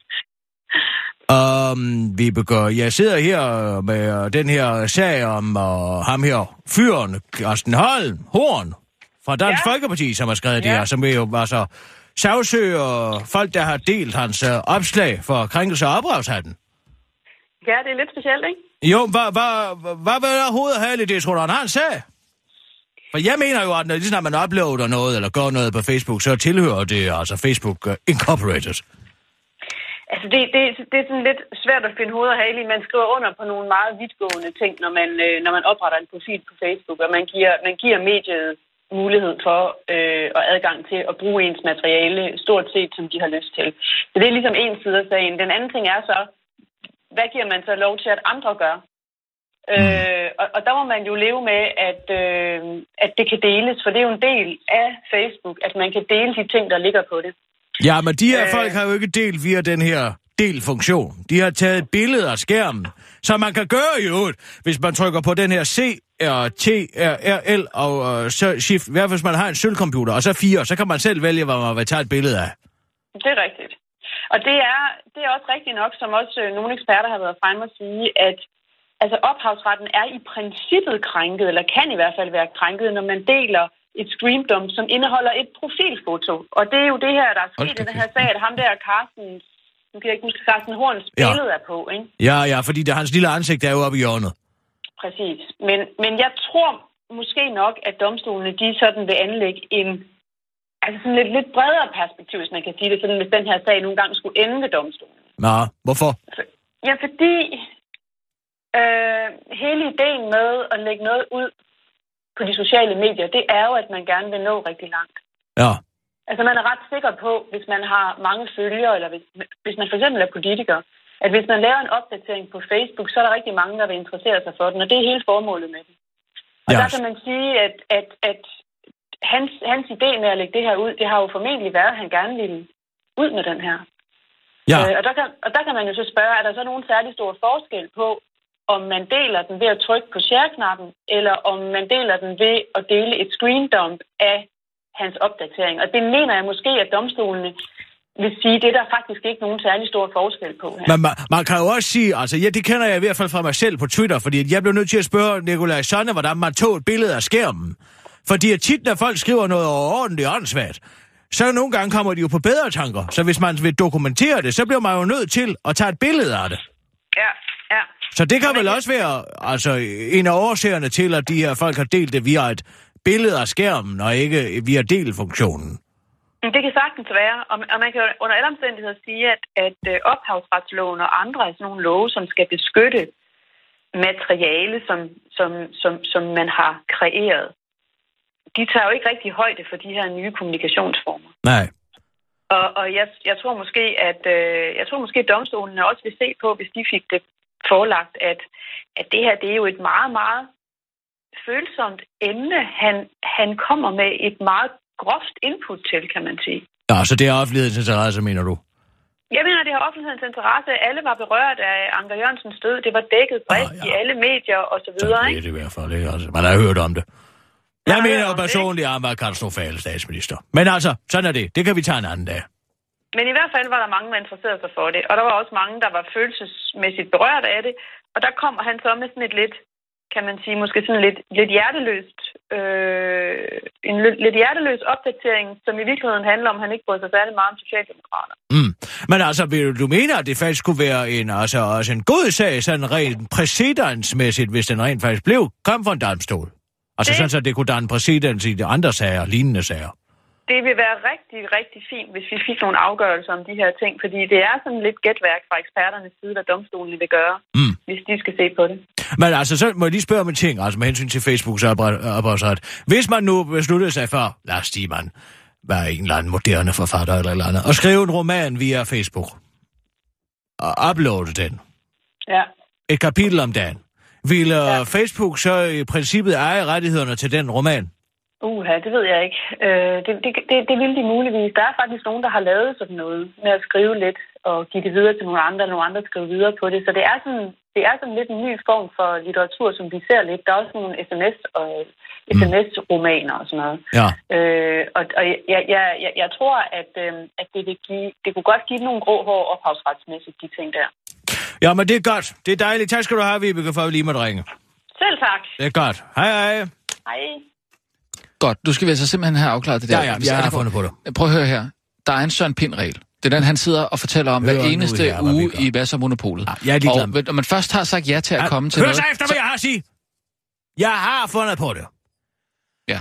Vibeke, jeg sidder her med den her sag om ham her, fyren, Carsten Horn, fra Dansk Folkeparti, som har skrevet det her, som jo var så sagsøger folk, der har delt hans opslag for krænkelse af ophavsretten. Ja, det er lidt specielt, ikke? Jo, hvad vil der hovedet i det, tror du, han har en sag? For jeg mener jo, at når man uploader noget, eller gør noget på Facebook, så tilhører det altså Facebook Incorporated. Altså, det er sådan lidt svært at finde hoved og hale i. Man skriver under på nogle meget vidtgående ting, når man opretter en profil på Facebook, og man giver mediet mulighed for og adgang til at bruge ens materiale stort set, som de har lyst til. Så det er ligesom en side af sagen. Den anden ting er så, hvad giver man så lov til, at andre gør? Og der må man jo leve med, at det kan deles, for det er jo en del af Facebook, at man kan dele de ting, der ligger på det. Ja, men de her folk har jo ikke delt via den her delfunktion. De har taget et billede af skærmen, som man kan gøre i øvrigt, hvis man trykker på den her CTRL og så shift, i hvert fald hvis man har en sølvcomputer, og så 4, så kan man selv vælge, hvad man vil tage et billede af. Det er rigtigt. Og det er også rigtigt nok, som også nogle eksperter har været fremme at sige, at altså ophavsretten er i princippet krænket, eller kan i hvert fald være krænket, når man deler et screendump, som indeholder et profilfoto. Og det er jo det her, der er sket i den her sag, at ham der Carsten Horns billede er på, ikke? Ja, fordi hans lille ansigt er jo oppe i hjørnet. Præcis. Men jeg tror måske nok, at domstolene, de sådan vil anlægge en altså sådan lidt bredere perspektiv, hvis man kan sige det, sådan hvis den her sag nogle gange skulle ende ved domstolen. Nå, hvorfor? Ja, fordi hele ideen med at lægge noget ud på de sociale medier, det er jo, at man gerne vil nå rigtig langt. Ja. Altså man er ret sikker på, hvis man har mange følgere, eller hvis man for eksempel er politiker, at hvis man laver en opdatering på Facebook, så er der rigtig mange, der vil interessere sig for den, og det er hele formålet med den. Og der kan man sige, at hans idé med at lægge det her ud, det har jo formentlig været, at han gerne ville ud med den her. Ja. Og der kan man jo så spørge, er der så nogen særlig stor forskel på, om man deler den ved at trykke på share-knappen, eller om man deler den ved at dele et screendump af hans opdatering. Og det mener jeg måske, at domstolene vil sige, det er der faktisk ikke nogen særlig stor forskel på her. Men man kan jo også sige, altså det kender jeg i hvert fald fra mig selv på Twitter, fordi jeg blev nødt til at spørge Nikolaj Sonne, hvordan man tog et billede af skærmen. Fordi tit, når folk skriver noget overordentligt åndssvagt, så nogle gange kommer de jo på bedre tanker. Så hvis man vil dokumentere det, så bliver man jo nødt til at tage et billede af det. Ja. Så det kan vel også være altså, en af årsagerne til, at de her folk har delt det via et billede af skærmen, og ikke via delfunktionen. Det kan sagtens være, og man kan under alle omstændigheder sige, at ophavsretsloven og andre er sådan nogle love, som skal beskytte materiale, som man har kreeret. De tager jo ikke rigtig højde for de her nye kommunikationsformer. Nej. Og jeg tror måske, at domstolene også vil se på, hvis de fik det forelagt, at det her, det er jo et meget, meget følsomt emne. Han kommer med et meget groft input til, kan man sige. Ja, så det er offentlighedens interesse, mener du? Jeg mener, det har offentlighedens interesse. Alle var berørt af Anker Jørgensens død. Det var dækket bredt i alle medier og så videre, ikke? Det er det i hvert fald, ikke? Altså, man har hørt om det. Jeg mener jo personligt, at han var katastrofal statsminister. Men altså, sådan er det. Det kan vi tage en anden dag. Men i hvert fald var der mange, der interesserede sig for det. Og der var også mange, der var følelsesmæssigt berørt af det. Og der kommer han så med sådan et lidt kan man sige, måske sådan lidt hjerteløst, lidt hjerteløs opdatering, som i virkeligheden handler om, at han ikke bryder sig særlig meget om socialdemokrater. Men altså, du mener, at det faktisk kunne være også en god sag, sådan rent præcedensmæssigt, hvis den rent faktisk kom fra en domstol? Altså sådan, så det kunne danne præcedens i de andre sager, lignende sager? Det vil være rigtig, rigtig fint, hvis vi fik nogle afgørelser om de her ting, fordi det er sådan lidt gætværk fra eksperternes side, hvad domstolen vil gøre, hvis de skal se på det. Men altså, så må jeg lige spørge om en ting, altså med hensyn til Facebooks ophavsret. Hvis man nu besluttede sig for, Lars Stigman, var en eller anden moderne forfatter eller andet, og skrive en roman via Facebook, og uploade den. Ja. Et kapitel om dagen. Vil Facebook så i princippet eje rettighederne til den roman? Det ved jeg ikke. Det vil de muligvis. Der er faktisk nogen, der har lavet sådan noget med at skrive lidt og give det videre til nogle andre skriver videre på det. Så det er sådan lidt en ny form for litteratur, som vi ser lidt. Der er også nogle SMS-romaner og sådan noget. Ja. Og jeg tror, at det kunne godt give nogle grå hår ophavsretsmæssigt, de ting der. Ja, men det er godt. Det er dejligt. Tak skal du have, Vibeke, for at vi lige måtte ringe. Selv tak. Det er godt. Hej. Hej. Godt, du skal vi altså simpelthen have afklaret det der. Ja, jeg har fundet på det. Prøv at høre her. Der er en Søren Pind-regel. Det er den, han sidder og fortæller om hver eneste uge i Hvad så Monopolet. Jeg er ligeglad. Og når man først har sagt ja til at komme til noget... Hør så efter, hvad jeg har at sige! Jeg har fundet på det. Ja.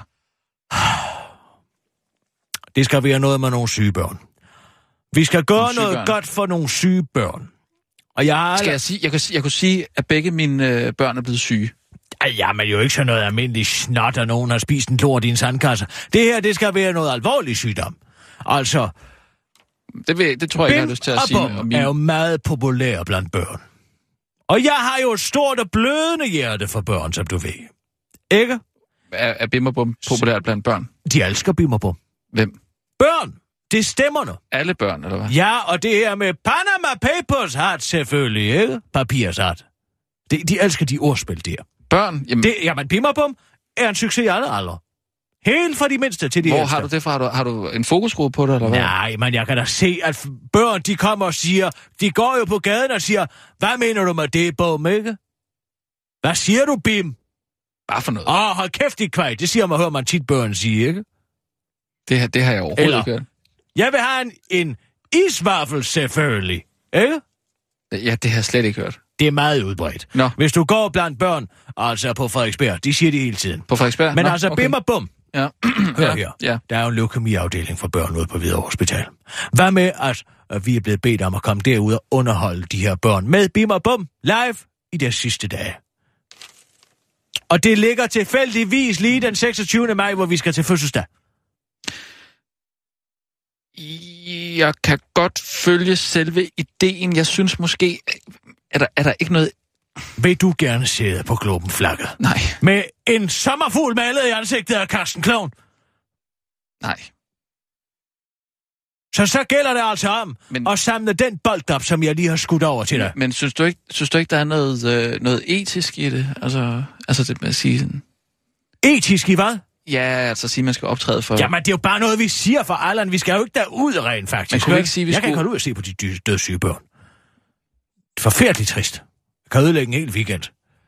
Det skal være noget med nogle syge børn. Vi skal gøre noget godt for nogle syge børn. Og skal jeg sige... Jeg kunne sige, at begge mine børn er blevet syge. Ja, men jo ikke sådan noget almindeligt snot, at nogen har spist en lort i en sandkasse. Det her, det skal være noget alvorlig sygdom. Altså... Det tror jeg ikke, jeg har lyst til at sige. Bim er jo meget populær blandt børn. Og jeg har jo et stort og blødende hjerte for børn, som du ved. Ikke? Er Bim og Bum populært blandt børn? De elsker Bim og Bum. Hvem? Børn! Det er stemmerne. Alle børn, eller hvad? Ja, og det her med Panama Papers hat selvfølgelig, ikke? Papirshat. De elsker de ordspil der. Børn? Jamen, Bim og Bum er en succes i alle aldre. Helt fra de mindste til de ældste. Hvor har du det fra? Har du en fokusgruppe på det, eller hvad? Nej, men jeg kan da se, at børn, de kommer og siger... De går jo på gaden og siger, hvad mener du med det, Bum, ikke? Hvad siger du, Bim? Hvad for noget? Hold kæft, det kvej. Det siger man, hører man tit børn sige, ikke? Det har jeg overhovedet ikke hørt. Jeg vil have en isvaffel, selvfølgelig. Ikke? Ja, det har jeg slet ikke hørt. Det er meget udbredt. Nå. Hvis du går blandt børn, altså på Frederiksberg, de siger det hele tiden. På Frederiksberg? Men altså, okay. Bim og Bum. Ja. Hør her. Ja. Der er jo en leukemiafdeling for børn ude på Hvidovre Hospital. Hvad med, at vi er blevet bedt om at komme derud og underholde de her børn med Bim og Bum live i deres sidste dage. Og det ligger tilfældigvis lige den 26. maj, hvor vi skal til fødselsdag. Jeg kan godt følge selve ideen. Jeg synes måske, er der ikke noget... Vil du gerne sidde på Globen-flagget? Nej. Med en sommerfugl malet i ansigtet af Carsten Klovn? Nej. Så gælder det altså om at samle den bold op, som jeg lige har skudt over til dig. Men synes du ikke, der er noget etisk i det? Altså det med at sige sådan... Etisk i hvad? Ja, altså sige, man skal optræde for... Jamen, det er jo bare noget, vi siger for Allan. Vi skal jo ikke derud rent, faktisk. Men kunne vi ikke sige, jeg kan ikke holde ud og se på de dødssyge børn. Det er forfærdeligt trist. Jeg kan ødelægge en hel weekend.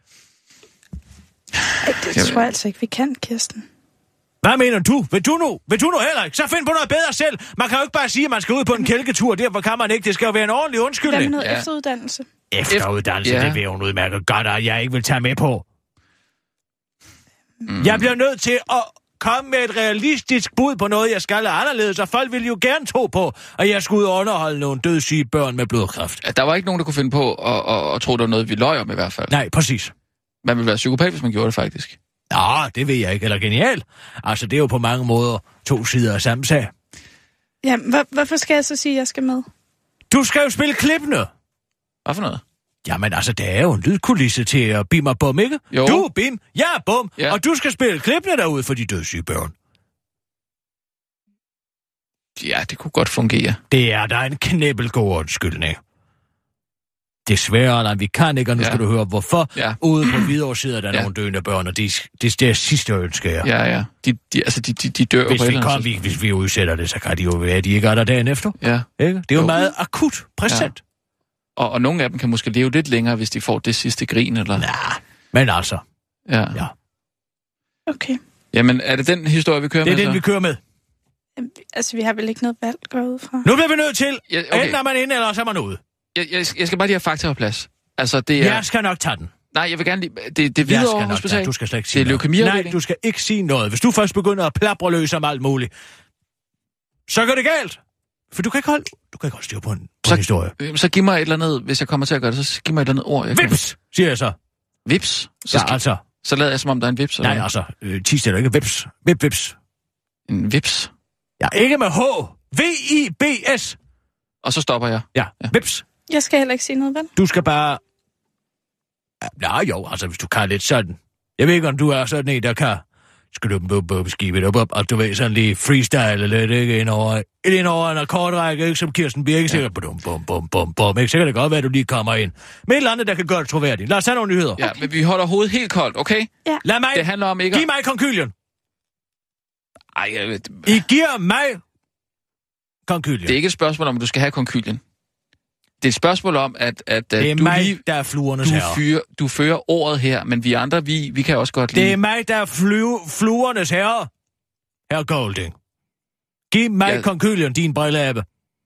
Det tror jeg altså ikke, vi kan, Kirsten. Hvad mener du? Vil du nu heller ikke? Så find på noget bedre selv. Man kan jo ikke bare sige, at man skal ud på en kælketur. Derfor kan man ikke. Det skal jo være en ordentlig undskyldning. Hvad med noget efteruddannelse? Efteruddannelse, det vil hun udmærket godt, at jeg ikke vil tage med på. Jeg bliver nødt til at komme med et realistisk bud på noget, jeg skal anderledes, og folk vil jo gerne tro på, at jeg skulle ud og underholde nogle dødssyge børn med blodkræft. Ja, der var ikke nogen, der kunne finde på at tro, der var noget, vi løj om i hvert fald. Nej, præcis. Man ville være psykopat, hvis man gjorde det faktisk. Nå, det ved jeg ikke. Eller genial. Altså, det er jo på mange måder to sider af samme sag. Ja, hvorfor skal jeg så sige, at jeg skal med? Du skal jo spille klippene. Hvad for noget? Jamen altså, der er jo en lydkulisse til Bim og Bum, ikke? Jo. Du er Bim, jeg er Bum, ja. Og du skal spille klippene derude for de dødssyge børn. Ja, det kunne godt fungere. Det er der en knæbelgod undskyldning. Desværre, vi kan ikke, og nu skal du høre, hvorfor. Ja. Ude på Hvidovre sidder der nogle døende børn, og det er sidste ønske, jeg. Ja. De dør hvis på hvis vi udsætter det, så kan de jo være, de ikke er der dagen efter. Ja. Ikke? Det er jo meget akut præsent. Ja. Og nogle af dem kan måske leve lidt længere, hvis de får det sidste grin, eller... Nej, men altså, Ja. Ja. Okay. Jamen, er det den historie, vi kører Det er med den, så? vi kører med. Altså, vi har vel ikke noget valg gå ud fra. Nu bliver vi nødt til. Ja, okay. Enten er man inde, eller så er man ude. Jeg skal bare lige have fakta på plads. Altså, det er... Jeg skal nok tage den. Nej, jeg vil gerne lige... Det er Hvidovre Hospital. Du skal slet ikke Det sige er noget. leukemiafdeling. Nej, du skal ikke sige noget. Hvis du først begynder at plapre løs om alt muligt, så går det galt. For du kan ikke holde styr på en historie. Så giv mig et eller andet, hvis jeg kommer til at gøre det, så giv mig et eller andet ord. Jeg kan... Vips, siger jeg så. Vips? Så lader jeg som om, der er en vips? Eller? Nej, altså, tis er ikke vips. Vips. En vips? Ja, ikke med H. V-I-B-S. Og så stopper jeg. Ja, vips. Jeg skal heller ikke sige noget, vel? Du skal bare... Ja, jo, altså, hvis du kan lidt sådan. Jeg ved ikke, om du er sådan en, der kan... Skal du skibe det op, og du ved, sådan lige freestyle lidt, ikke? Ind over en akkordrække, ikke? Som Kirsten Birke siger, bum, ikke? Så kan det godt være, at du lige kommer ind. Men et eller andet, der kan gøre det troværdigt. Lad os tage nogle nyheder. Ja, men vi holder hovedet helt koldt, okay? Ja. Lad mig... Det handler om ikke... Giv mig konkylien. Ej, jeg ved... I giver mig konkylien. Det er ikke et spørgsmål om, du skal have konkylien. Det er et spørgsmål om, at det er du mig, lige... der er fluernes herre. Du fører ordet her, men vi andre, vi kan også godt lide... Det er mig, der er fluernes herre. Herre Golding. Giv mig konkylien, din brilleabe.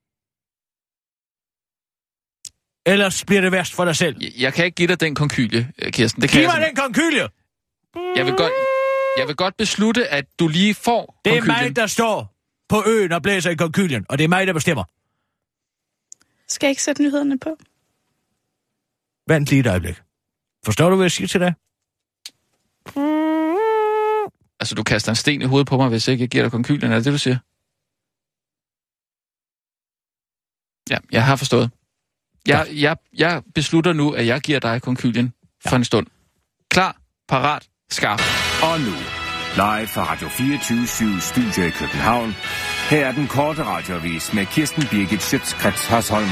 Ellers bliver det værst for dig selv. Jeg kan ikke give dig den konkylie, Kirsten. Det kan Giv mig den konkylie! Jeg vil godt beslutte, at du lige får det er konkylien. mig, der står på øen og blæser i konkylien, og det er mig, der bestemmer. Skal jeg ikke sætte nyhederne på? Vent lige et øjeblik. Forstår du, hvad jeg siger til dig? Altså, du kaster en sten i hovedet på mig, hvis jeg ikke giver dig konkylien. Er det det, du siger? Ja, jeg har forstået. Jeg beslutter nu, at jeg giver dig konkylien for en stund. Klar, parat, skarp. Og nu, live fra Radio 24/7 Studio i København. Her er den korte radioavis med Kirsten Birgit Schøtz-Krets Hørsholm.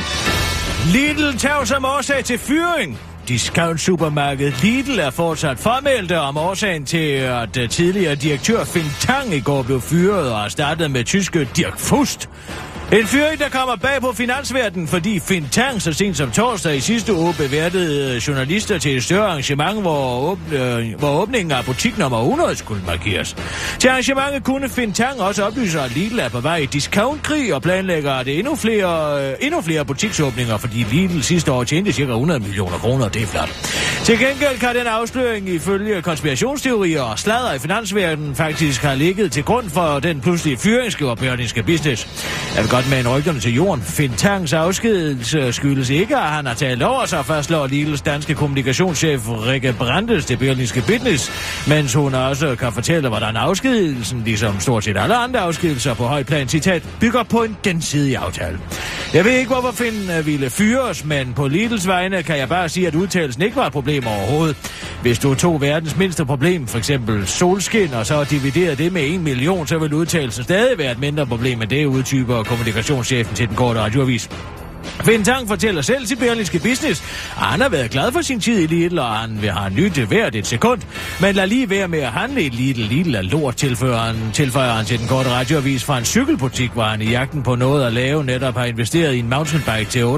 Lidl tager som årsag til fyring. Discount-supermarkedet Lidl er fortsat formelt om årsagen til, at tidligere direktør Finn Tang i går blev fyret og erstattet med tyske Dirk Fust. En fyring, der kommer bag på finansverdenen, fordi Finn Tang så sent som torsdag i sidste uge beværtede journalister til et større arrangement, hvor åbningen af butik nummer 100 skulle markeres. Til arrangementet kunne Finn Tang også oplyse, at Lidl er på vej i discountkrig og planlægger at endnu flere butiksåbninger, fordi Lidl sidste år tjente ca. 100 millioner kroner, det er flot. Til gengæld kan den afsløring ifølge konspirationsteorier og sladder i finansverdenen faktisk have ligget til grund for den pludselige fyring, skriver Berlingske Business. Jeg vil godt med en rygterne til jorden. Finn Tangs afskedelse skyldes ikke, at han har talt over sig, fastslår Lidls danske kommunikationschef Rikke Brandes til Berlingske Business, mens hun også kan fortælle, hvordan afskedelsen, ligesom stort set alle andre afskedelser på højt plan, citat, bygger på en gensidig aftale. Jeg ved ikke, hvorfor Finn ville fyres, men på Lidls vegne kan jeg bare sige, at udtalelsen ikke var et problem overhovedet. Hvis du tog verdens mindste problem, for eksempel solskin, og så dividerede det med 1 million, så vil udtalelsen stadig være et mindre problem, end det udtyper kommunikationschefen til den korte radioavis. Finn Tang fortæller selv til Berlingske Business, at han har været glad for sin tid i Lidl, og han vil have nyt hvert et sekund. Men lad lige være med at handle i Lidl. Lidl er lort, tilføjer han til den korte radioavis fra en cykelbutik, hvor han i jagten på noget at lave netop har investeret i en mountainbike til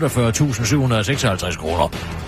48.756 kroner.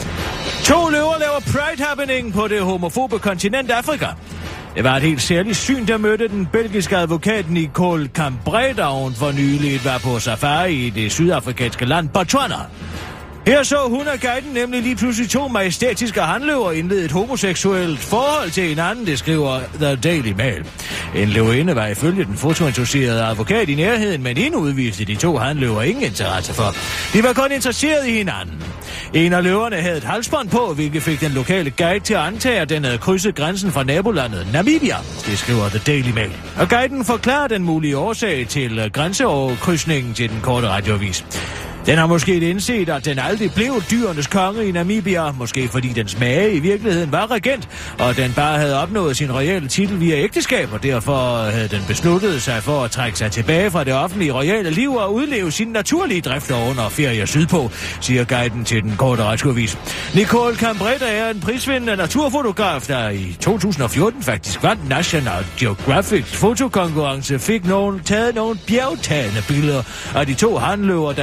2 løver laver Pride Happening på det homofobe kontinent Afrika. Det var et helt særligt syn, der mødte den belgiske advokat Nicole Cambrai, da hun for nylig var på safari i det sydafrikanske land Botswana. Her så hun og guiden nemlig lige pludselig 2 majestætiske hanløver indlede et homoseksuelt forhold til hinanden, det skriver The Daily Mail. En løverinde var ifølge den fotointeresserede advokat i nærheden, men inden udviste de 2 hanløver ingen interesse for. De var kun interesseret i hinanden. En af løverne havde et halsbånd på, hvilket fik den lokale guide til at antage, at den havde krydset grænsen fra nabolandet Namibia. Det skriver The Daily Mail. Og guiden forklarer den mulige årsag til grænseoverkrydsningen til den korte radioavis. Den har måske indset, at den aldrig blev dyrenes konge i Namibia, måske fordi dens mage i virkeligheden var regent, og den bare havde opnået sin royale titel via ægteskab, og derfor havde den besluttet sig for at trække sig tilbage fra det offentlige royale liv og udleve sine naturlige drifter under ferie sydpå, siger guiden til den korte radioavis. Nicole Cambrai er en prisvindende naturfotograf, der i 2014 faktisk vandt National Geographic fotokonkurrence, fik taget nogle bjergtagende billeder af de 2 hanløver, der i solnedgangen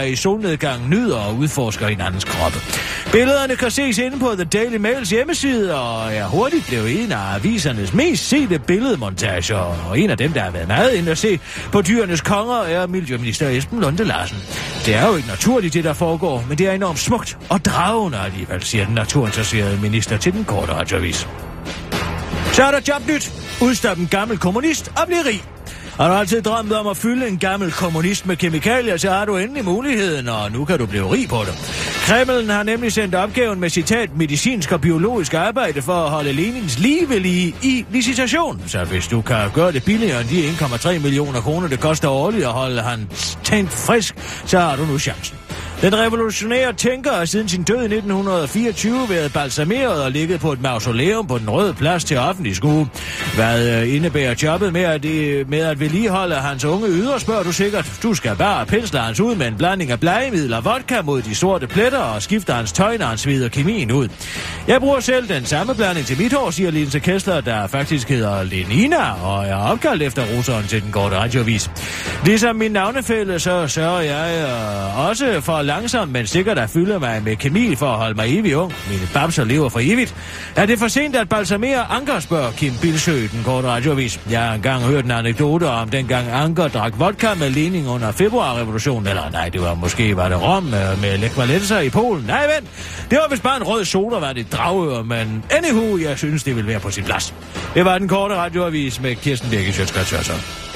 solnedgang nyder og udforsker hinandens kroppe. Billederne kan ses inde på The Daily Mails hjemmeside, og er hurtigt blevet en af avisernes mest sete billedmontager, og en af dem, der har været meget inde at se på dyrenes konger, er Miljøminister Esben Lunde Larsen. Det er jo ikke naturligt, det der foregår, men det er enormt smukt og dragende alligevel, siger den naturinteresserede minister til den korte radioavis. Så er der jobnyt. Udstop en gammel kommunist og blive rig. Har du altid drømt om at fylde en gammel kommunist med kemikalier, så har du endelig muligheden, og nu kan du blive rig på det. Kremlen har nemlig sendt opgaven med citat medicinsk og biologisk arbejde for at holde Lenins liv ved lige i licitation. Så hvis du kan gøre det billigere end de 1,3 millioner kroner, det koster årligt at holde hans tænkt frisk, så har du nu chancen. Den revolutionære tænker har siden sin død i 1924 været balsameret og ligget på et mausoleum på den Røde Plads til offentlig skue. Hvad indebærer jobbet med at vedligeholde hans unge yder, spørger du sikkert. Du skal bare pensle hans ud med en blanding af blegemiddel og vodka mod de sorte pletter og skifte hans tøj, når han sveder kemien ud. Jeg bruger selv den samme blanding til mit hår, siger Linse Kessler, der faktisk hedder Lenina og er opkaldt efter russeren til den korte radioavis. Ligesom min navnefælle, så sørger jeg også for langsomt, men sikkert at fylde mig med kemi for at holde mig evig ung. Mine babser lever for evigt. Er det for sent at balsamere Anker, spørger Kim Bilsø, den korte radioavis. Jeg har engang hørt en anekdote om dengang Anker drak vodka med Lenin under februarrevolutionen. Eller nej, det var måske det rom med Lech Walesa i Polen. Nej, vent. Det var vist bare en rød sodavand i Dragør, men anywho, jeg synes, det vil være på sin plads. Det var den korte radioavis med Kirsten Birgit Schøtz-Krets Hørsholm.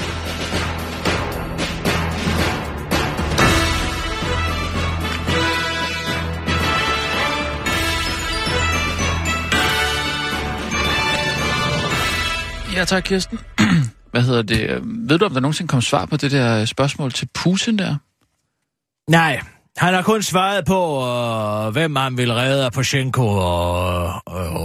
Ja, tak, Kirsten. Hvad hedder det? Ved du, om der nogensinde kom svar på det der spørgsmål til Putin der? Nej, han har kun svaret på, hvem han vil redde Poroshenko og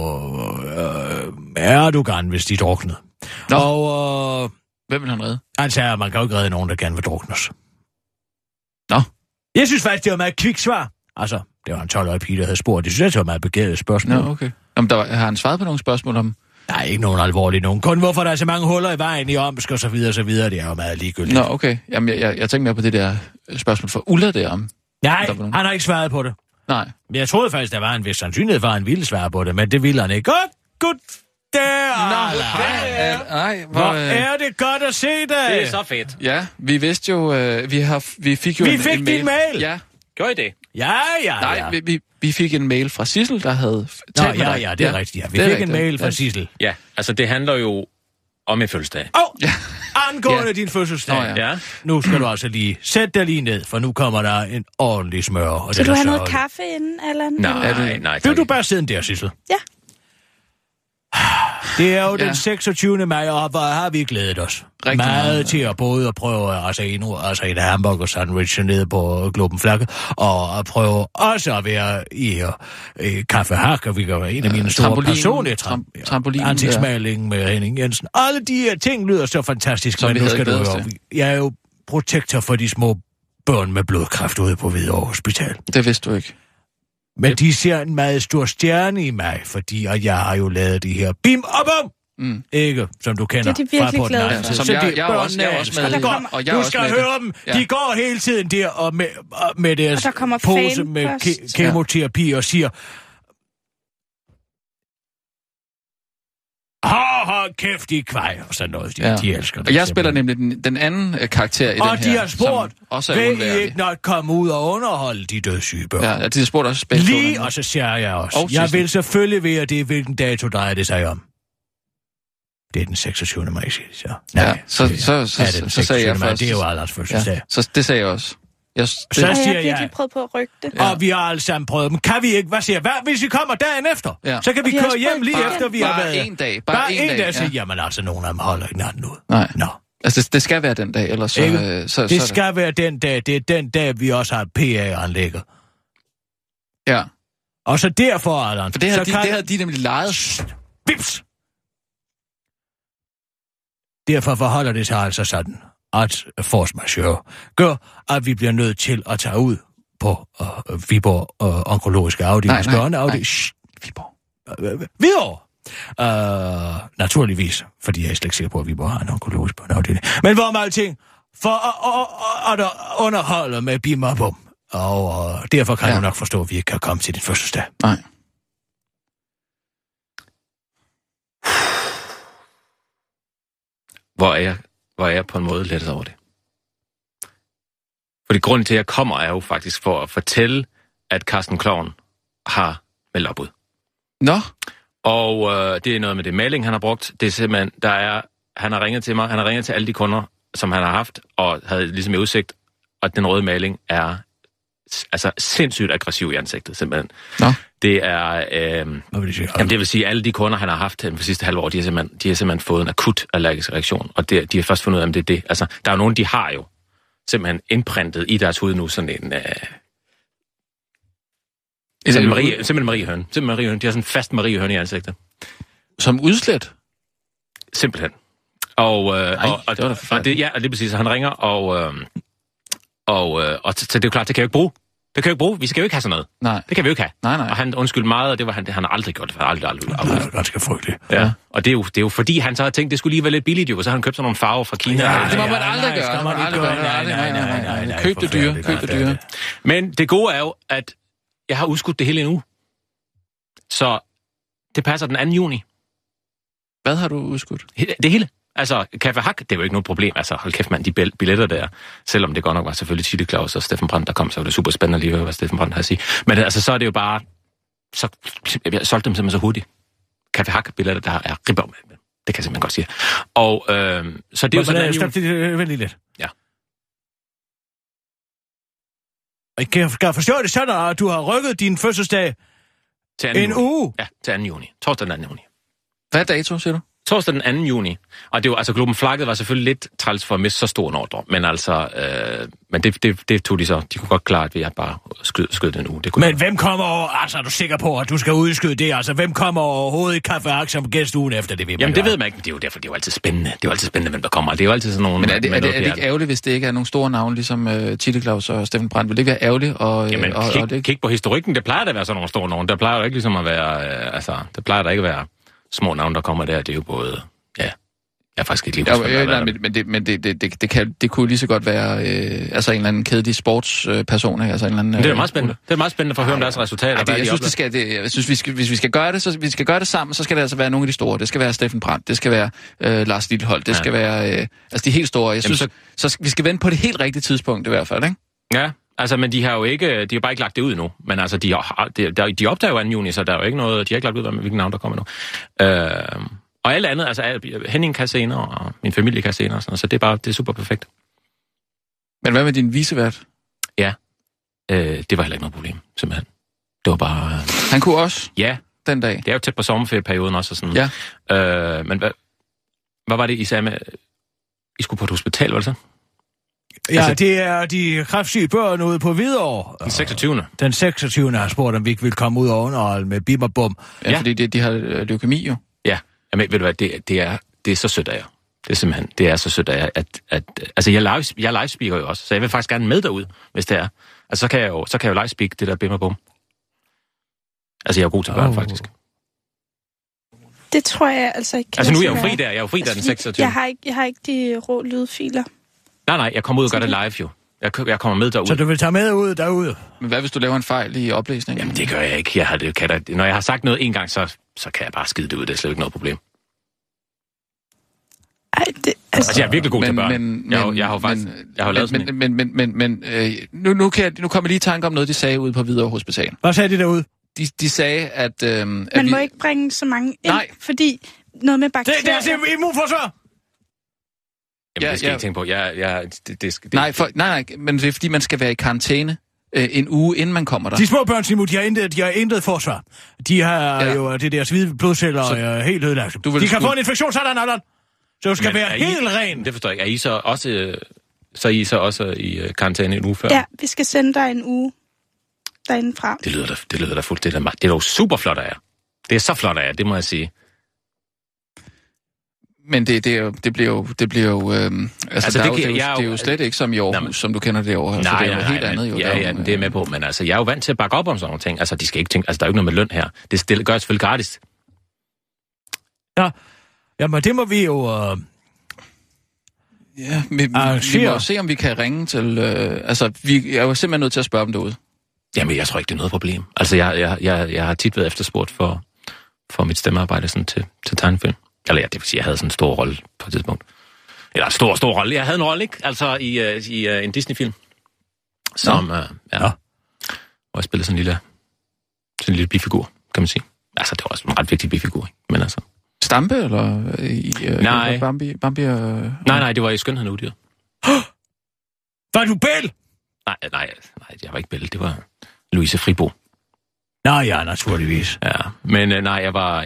Erdogan, hvis de druknede. Nå. Og hvem vil han redde? Han sagde, at man kan jo ikke redde nogen, der gerne vil druknes. Nå. Jeg synes faktisk, det var meget kvikt svar. Altså, det var en 12-årig pige, der havde spurgt. Det synes jeg, det var meget begæret spørgsmål. Nå, okay. Jamen, har han svaret på nogle spørgsmål om... Nej, ikke nogen alvorlige nogen. Kun hvorfor der er så mange huller i vejen i Omsk og så videre, så videre. Det er jo meget ligegyldigt. Nå, okay. Jamen, jeg tænker mere på det der spørgsmål for Ulla der om... Nej, han har ikke svaret på det. Nej. Jeg troede faktisk, der var en vis sandsynlighed for, at han ville svare på det, men det ville han ikke. Godt der! Nej, hvor er det godt at se dig! Det er så fedt. Ja, vi vidste jo... Vi fik jo en mail. Din mail? Ja. Gjorde I det? Ja. Nej, vi fik en mail fra Sissel, der havde talt med dig. Ja, det er rigtigt. Ja. Vi fik en mail fra Sissel. Ja, altså det handler jo om en fødselsdag. Angående din fødselsdag. Ja. Nu skal du altså lige sætte dig lige ned, for nu kommer der en ordentlig smør. Og så du har noget kaffe inden, Allan? Nej. Vil du bare sidde der, Sissel? Ja. Det er jo den 26. maj, og hvor har vi glædet os rigtig meget til at både at prøve en hamburger sandwich nede på Globen Flakke, og at prøve også at være i Café Hak, og vi kan være en af mine store personlige ansigtsmaling med Henning Jensen. Alle de her ting lyder så fantastisk, men nu skal du jo... Jeg er jo protektor for de små børn med blodkræft ude på Hvidovre Hospital. Det vidste du ikke. Men de ser en meget stor stjerne i mig, fordi jeg har jo lavet de her bim og bum, ikke, som du kender fra på den anden side. Så jeg er også med. Og jeg du skal høre dem. Ja. De går hele tiden der og med deres pose med kemoterapi og siger, hold kæft, de kvej, og sådan noget. De elsker det. Og jeg spiller nemlig den anden karakter i den her. Og de har spurgt, vil I ikke nok komme ud og underholde de dødssyge børn? Ja, de har spurgt også spændt. Lige, og så siger jeg også. Jeg vil selvfølgelig være det, hvilken dato drejer det sig om. Det er den 26. maj, siger de så. Ja, så sagde jeg først. Det er jo Allans fødselsdag. Så det sagde jeg også. Så siger jeg har virkelig prøvet på at rykke det. Ja. Og vi har alle sammen prøvet. Men kan vi ikke? Hvad siger jeg? Hvis vi kommer dagen efter, så kan vi køre hjem lige efter, vi har været... Bare en dag. Så jamen altså, nogen af dem holder ikke natten ud. Nej. Nå. Altså, det skal være den dag, ellers så... Det skal være den dag. Det er den dag, vi også har PA-anlægger. Ja. Og så derfor, Allan... For det havde de nemlig lejet. Bips! Derfor forholder det sig altså sådan, at force majeure gør, at vi bliver nødt til at tage ud på Viborg onkologiske afdeling. Viborg! Naturligvis, fordi jeg er slet ikke sikker på, at Viborg har en onkologisk børneafdeling. Men hvor med alting? For at underholde med bim og bum. Og derfor kan jeg nok forstå, at vi ikke kan komme til din fødselsdag. Nej. Hvor er jeg på en måde lettet over det. Fordi grunden til, at jeg kommer, er jo faktisk for at fortælle, at Carsten Kloven har meldt opbud. Nå. Og det er noget med det maling, han har brugt. Det er simpelthen, han har ringet til mig, han har ringet til alle de kunder, som han har haft, og havde ligesom i udsigt, og den røde maling er altså sindssygt aggressiv i ansigtet, simpelthen. Nå. Det er, det vil sige, at alle de kunder, han har haft for sidste halve år, de har simpelthen fået en akut allergisk reaktion, og de har først fundet ud af, om det er det. Altså, der er jo nogen, de har jo simpelthen indprintet i deres hud nu sådan en... Simpelthen Mariehøn. De har sådan en fast Mariehøn i ansigtet. Som udslet? Simpelthen. Og det var da forfærdeligt. Ja, og det er præcis, han ringer, og så det er jo klart, det kan jeg jo ikke bruge. Det kan jeg jo ikke bruge. Vi skal jo ikke have sådan noget. Nej. Det kan vi jo ikke have. Nej. Og han undskyldte meget, og det var han har aldrig gjort det. Aldrig. Det er ganske frygteligt. Ja. Og det er jo fordi, han så har tænkt, det skulle lige være lidt billigt, jo, og så har han købt sådan nogle farver fra Kina. Ja, det må man aldrig gøre. Nej. Køb det dyre. Men det gode er jo, at jeg har udskudt det hele en uge. Så det passer den 2. juni. Hvad har du udskudt? Det hele. Altså, Café Hack, det er jo ikke noget problem. Altså, hold kæft, mand, de billetter der. Selvom det godt nok var selvfølgelig Chili Claus og Steffen Brandt, der kom, så var det super spændende lige at høre, hvad Steffen Brandt har at sige. Men altså, så er det jo bare... Så jeg solgte dem simpelthen så hurtigt. Café Hack-billetter, der er ribber med. Det kan jeg simpelthen godt sige. Og så det er jo sådan... Stop det vældig lidt. Ja. Jeg kan forstå det sådan, at du har rykket din fødselsdag en uge? Ja, til 2. juni. Torsdag den 2. juni. Hvad dato, siger du? Torsdag den 2. juni. Og det var, altså, Globen Flagget var selvfølgelig lidt træls for at miste så stor en ordre. Men altså, det tog de så. De kunne godt klare, at vi bare skød den uge. Men hvem kommer over? Altså, er du sikker på, at du skal udskyde det? Altså, hvem kommer overhovedet i Café Hack som gæst ugen efter det? Jamen, det ved man ikke. Det er jo derfor, det er jo altid spændende. Det er jo altid spændende, hvem der kommer. Det er jo altid sådan nogle... Men er det ikke ærgerligt, hvis det ikke er nogle store navne, ligesom Chili Claus og Steffen Brandt? Vil det ikke være ærgerligt? Jamen, kig på historikken. Det plejer da at være sådan nogle store navne. Der plejer jo ikke ligesom at være... det plejer da ikke at være små navne, der kommer der. Det er jo både... Ja, jeg er faktisk ikke lige det kunne lige så godt være altså en eller anden kedelig sportsperson, altså en eller anden. Det er meget spændende. Det er meget spændende for at høre om deres resultater. Jeg synes, hvis vi skal gøre det, så vi skal gøre det sammen, så skal det altså være nogle af de store. Det skal være Steffen Brandt, det skal være Lars Lilholt, det skal være altså de helt store. Jeg synes, så vi skal vente på det helt rigtige tidspunkt i hvert fald, ikke? Ja. Altså, men de har bare ikke lagt det ud nu. Men altså, de opdager jo 2. juni, så der er jo ikke noget, de har ikke lagt ud, hvilken navn der kommer nu. Og alle andet, altså Henning kan senere, og min familie kan senere, så det er super perfekt. Men hvad med din vicevært? Ja, det var heller ikke noget problem, simpelthen. Det var bare... Han kunne også? Ja. Den dag? Det er jo tæt på sommerferieperioden også, og sådan. Ja. Men hvad var det, I sagde med... I skulle på et hospital, var det så? Ja, altså, det er de kræftsyge børn ude på Hvidovre. Den 26. Den 26. har spurgt, om vi ikke vil komme ud og underholde med bim og bum. Ja, fordi de har leukemi jo. Ja, men ved du hvad, det er så sødt af jer. Det er simpelthen, det er så sødt af jer, at altså jeg livespeaker jo også, så jeg vil faktisk gerne med derud, hvis det er. Altså så kan jeg jo livespeak det der bim og bum. Altså jeg er jo god til børn, faktisk. Det tror jeg altså ikke. Altså nu er jeg jo fri der, den 26. Jeg har ikke de rå lydfiler. Nej, jeg kommer ud og gør det live jo. Jeg kommer med derud. Så du vil tage med ud derude? Men hvad hvis du laver en fejl i oplæsningen? Jamen det gør jeg ikke. Når jeg har sagt noget en gang, så kan jeg bare skide det ud. Det er slet ikke noget problem. Ej, det, altså jeg er virkelig god til børn. Jeg har lavet sådan nu kommer jeg lige i tanke om noget, de sagde ude på Hvidovre Hospital. Hvad sagde de derude? De sagde, at... man må ikke bringe så mange ind, fordi noget med bakterier... Det er altså immunforsvar! Jamen, det skal jeg ikke tænke på. Nej, men det er fordi, man skal være i karantæne en uge, inden man kommer der. De små børn, Simon, de har intet forsvar. De har jo det der hvide blodceller helt ødelagt. De kan få en infektion, sådan, Allan. Så du skal være helt ren. Det forstår jeg ikke. Er I så også i karantæne en uge før? Ja, vi skal sende dig en uge derindefra. Det lyder da fuldt. Det er jo super flot af jer. Det er så flot af jer, det må jeg sige. Men det bliver jo det er jo slet ikke som i Aarhus, som du kender det over. Nej, det er jo helt andet jo. Ja, det er med på, men altså jeg er jo vant til at bakke op om sådan nogle ting. Altså de skal ikke tænke, altså der er jo ikke noget med løn her. Det gør selvfølgelig gratis. Ja, jamen det må vi jo Ja, vi må se, om vi kan ringe til... jeg er jo simpelthen nødt til at spørge dem derude. Jamen, jeg tror ikke, det er noget problem. Altså, jeg har tit været efterspurgt for mit stemmearbejde sådan til tegnefilm. Eller ja, det vil sige, jeg havde sådan en stor rolle på et tidspunkt. Eller en stor rolle. Jeg havde en rolle, ikke? Altså, i en Disney-film. Som, hvor jeg spillede sådan en lille bifigur, kan man sige. Altså, det var også en ret vigtig bifigur, ikke? Men altså... Stampe, eller nej. Bambi og... Nej, det var i Skønheden og Udyret. Var du Belle? Nej, jeg var ikke Belle, det var Louise Fribo. Nej, ja, naturligvis. Ja, men nej, jeg var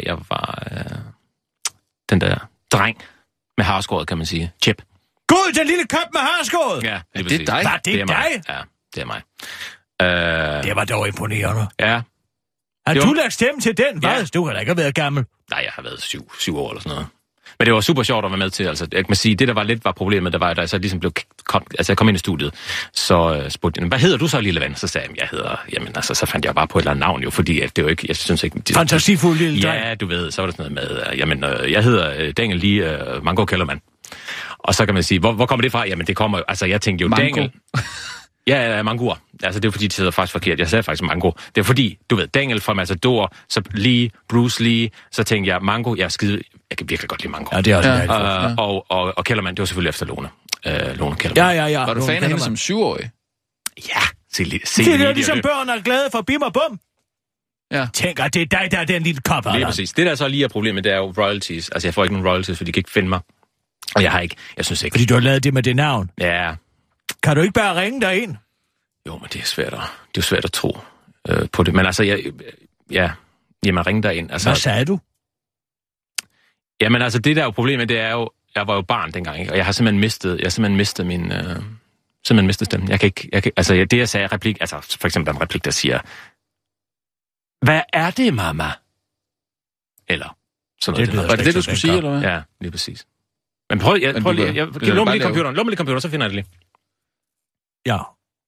den der dreng med harskåret, kan man sige. Chip. Gud, den lille kop med harskåret! Ja, det er dig. Var det dig? Ja, det er mig. Det var dog imponerende. Ja. Har du lagt stemme til den? Hvad? Du kan da ikke have været gammel. Nej, jeg har været 7 år eller sådan noget. Men det var super sjovt at være med til. Altså, jeg kan sige, det der var problemet, der var, da jeg så ligesom jeg kom ind i studiet, så spurgte jeg, hvad hedder du så, lille ven? Så sagde jeg, så fandt jeg bare på et eller andet navn jo, fordi det var ikke, jeg synes ikke... Fantasifuld lille dreng. Ja, du ved, så var der sådan noget med, jeg hedder Daniel lige Mango Kellermann. Og så kan man sige, hvor kommer det fra? Jamen, det kommer, altså jeg tænkte jo, Mango. Daniel... Ja, Mangoer. Altså, det er fordi, de sidder faktisk forkert. Jeg sagde faktisk Mango. Det er fordi, du ved, Daniel fra Matador, så Lee, Bruce Lee, så tænkte jeg, Mango, jeg kan virkelig godt lide Mango. Ja, det er også og Kellermann, det var selvfølgelig efter Lone. Lone Kellermann. Ja. Var du fan af hende som 7-årig? Ja, se det er ligesom børn er glade for bim og bum. Ja. Tænk, at det er dig, der er den lille kop. Lige præcis. Det der så lige er problemet, det er jo royalties. Altså, jeg får ikke nogen royalties, for de kan ikke finde mig. Og jeg synes ikke... Fordi du har lavet det med det navn. Ja. Kan du ikke bare ringe dig ind? Jo, men det er svært at tro på det. Men altså, jamen, ring dig ind. Altså, hvad sagde du? Jamen altså, det der er jo problemet, det er jo, jeg var jo barn dengang, ikke? Og jeg har simpelthen mistet min... simpelthen mistet stemmen. Jeg kan ikke, altså, det jeg sagde replik, altså for eksempel en replik, der siger, hvad er det, mamma? Eller sådan noget. Var det det, du skulle sige, eller hvad? Ja, lige præcis. Men prøv lige, lum lige computeren, så finder jeg det lige. Ja.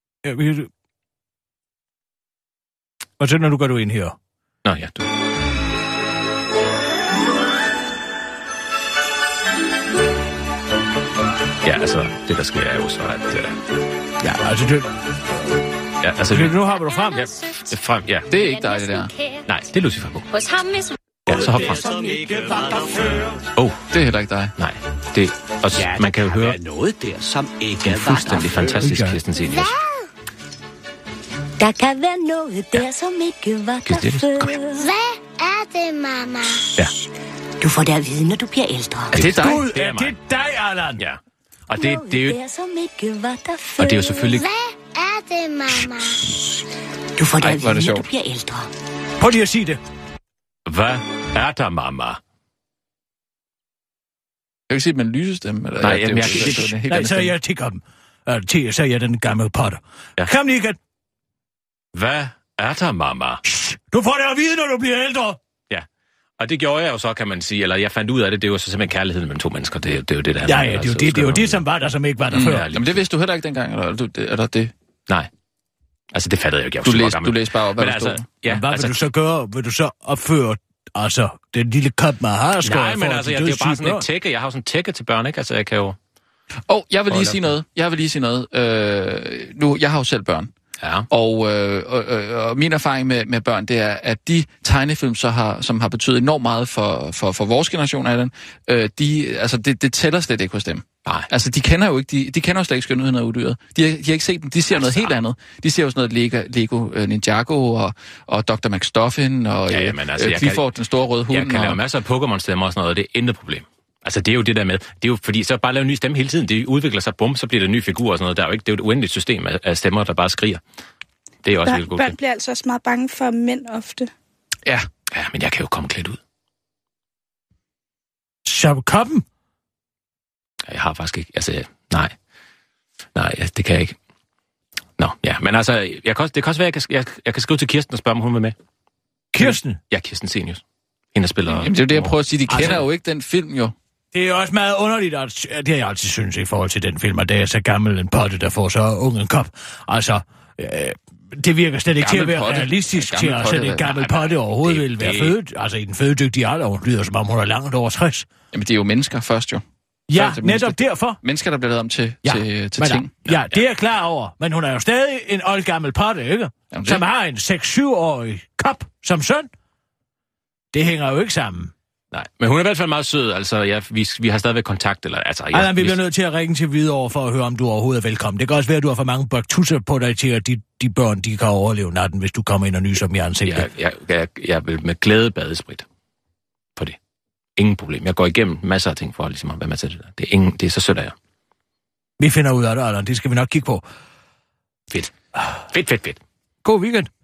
Hvad så, når du går ind her? Nå ja, du... Ja, altså, det der sker er jo så, at... Ja, altså det... Ja, altså... Nu hopper du frem. Ja, frem, ja. Det er ikke dig, det der. Nej, det er Lucifer på. Ja, så hop frem. Det er heller ikke dig. Nej, det... Og man kan jo høre... noget der, som ikke er fuldstændig fantastisk, Kirsten Senius. Der kan være noget der, som ikke var der før. Hvad er det, mamma? Ja. Du får det at vide, når du bliver ældre. Er det dig? Gud, er det dig, Allan? Ja. Og det er jo... Der, som ikke var der før. Og det er jo selvfølgelig... Hvad er det, mamma? Du får det at vide, når du bliver ældre. Prøv lige at sige det. Hvad er der, mamma? Jeg kan sige, at man lysestemme. Eller? Nej, Ja, jamen, Nej, så er jeg til ham. Så er jeg den gamle potter. Ja. Kom lige igen. Hvad er der, mamma? Du får det at vide, når du bliver ældre. Ja, og det gjorde jeg jo så, kan man sige. Eller jeg fandt ud af det, det var så simpelthen kærligheden mellem to mennesker. Det er jo det, der Ja, det er jo det, som var der, som ikke var der før. Jamen, det vidste du heller ikke dengang, eller det? Nej. Altså, det fattede jeg jo ikke. Du læste bare op, hvad der stod. Ja, hvad vil du så gøre? Vil du så opføre den lille kop med harskår? Nej, men altså, det er jo bare sådan et tække. Jeg har jo sådan et tække til børn, ikke? Altså, jeg kan jo... Jeg vil lige sige noget. Nu, jeg har jo selv børn. Ja. Og min erfaring med børn, det er, at de tegnefilm, som har betydet enormt meget for vores generation af den, det tæller slet ikke hos dem. Nej. Altså, de kender jo ikke, de kender jo slet ikke Skønheden og Udyret. De har ikke set dem. De ser noget helt andet. De ser jo sådan noget Lego Ninjago og Dr. McStuffin og Clifford, den store røde hund. Jeg kan lave masser af Pokémon-stemmer og sådan noget, og det er intet problem. Altså, det er jo det der med. Det er jo fordi, så bare lave en ny stemme hele tiden. Det udvikler sig, så bliver det en ny figur og sådan noget. Der er jo ikke, det er jo et uendeligt system af stemmer, der bare skriger. Det er også vildt godt. Børn bliver altså også meget bange for mænd ofte. Ja, men jeg kan jo komme klædt ud. Så koppen? Jeg har faktisk ikke, nej, det kan jeg ikke. Nå, ja, men altså, det kan også være, jeg kan skrive til Kirsten og spørge, om hun vil med. Kirsten? Ja, Kirsten Senius. Hende spiller... Jamen, det er jo det, jeg prøver at sige. De kender jo ikke den film, jo. Det er også meget underligt, det har jeg altid synes i forhold til den film, at det er så gammel en potte, der får så ung en kop. Altså, det virker slet ikke til at være realistisk til at sætte en gammel potte overhovedet vil være født. Altså, i den fødedygtige alder, hun lyder som om hun er langt over 60. Jamen, det er jo mennesker først, jo. Ja, netop derfor. Mennesker, der bliver lavet om til ting. Ja, det er jeg klar over. Men hun er jo stadig en oldgammel potte, ikke? Jamen, som har en 6-7-årig kop som søn. Det hænger jo ikke sammen. Nej, men hun er i hvert fald meget sød. Altså, ja, vi har stadigvæk kontakt. Eller, altså, ja, Allan, vi bliver nødt til at ringe til Hvidovre for at høre, om du overhovedet er velkommen. Det kan også være, at du har for mange baktusser på dig til, at de børn, de kan overleve natten, hvis du kommer ind og nyser dem i ansigtet. Jeg vil med glæde badesprit på det. Ingen problem. Jeg går igennem masser af ting for ligesom at være med til det der. Det er så sødt af jer. Vi finder ud af det, Allan. Det skal vi nok kigge på. Fedt. Fedt. God weekend.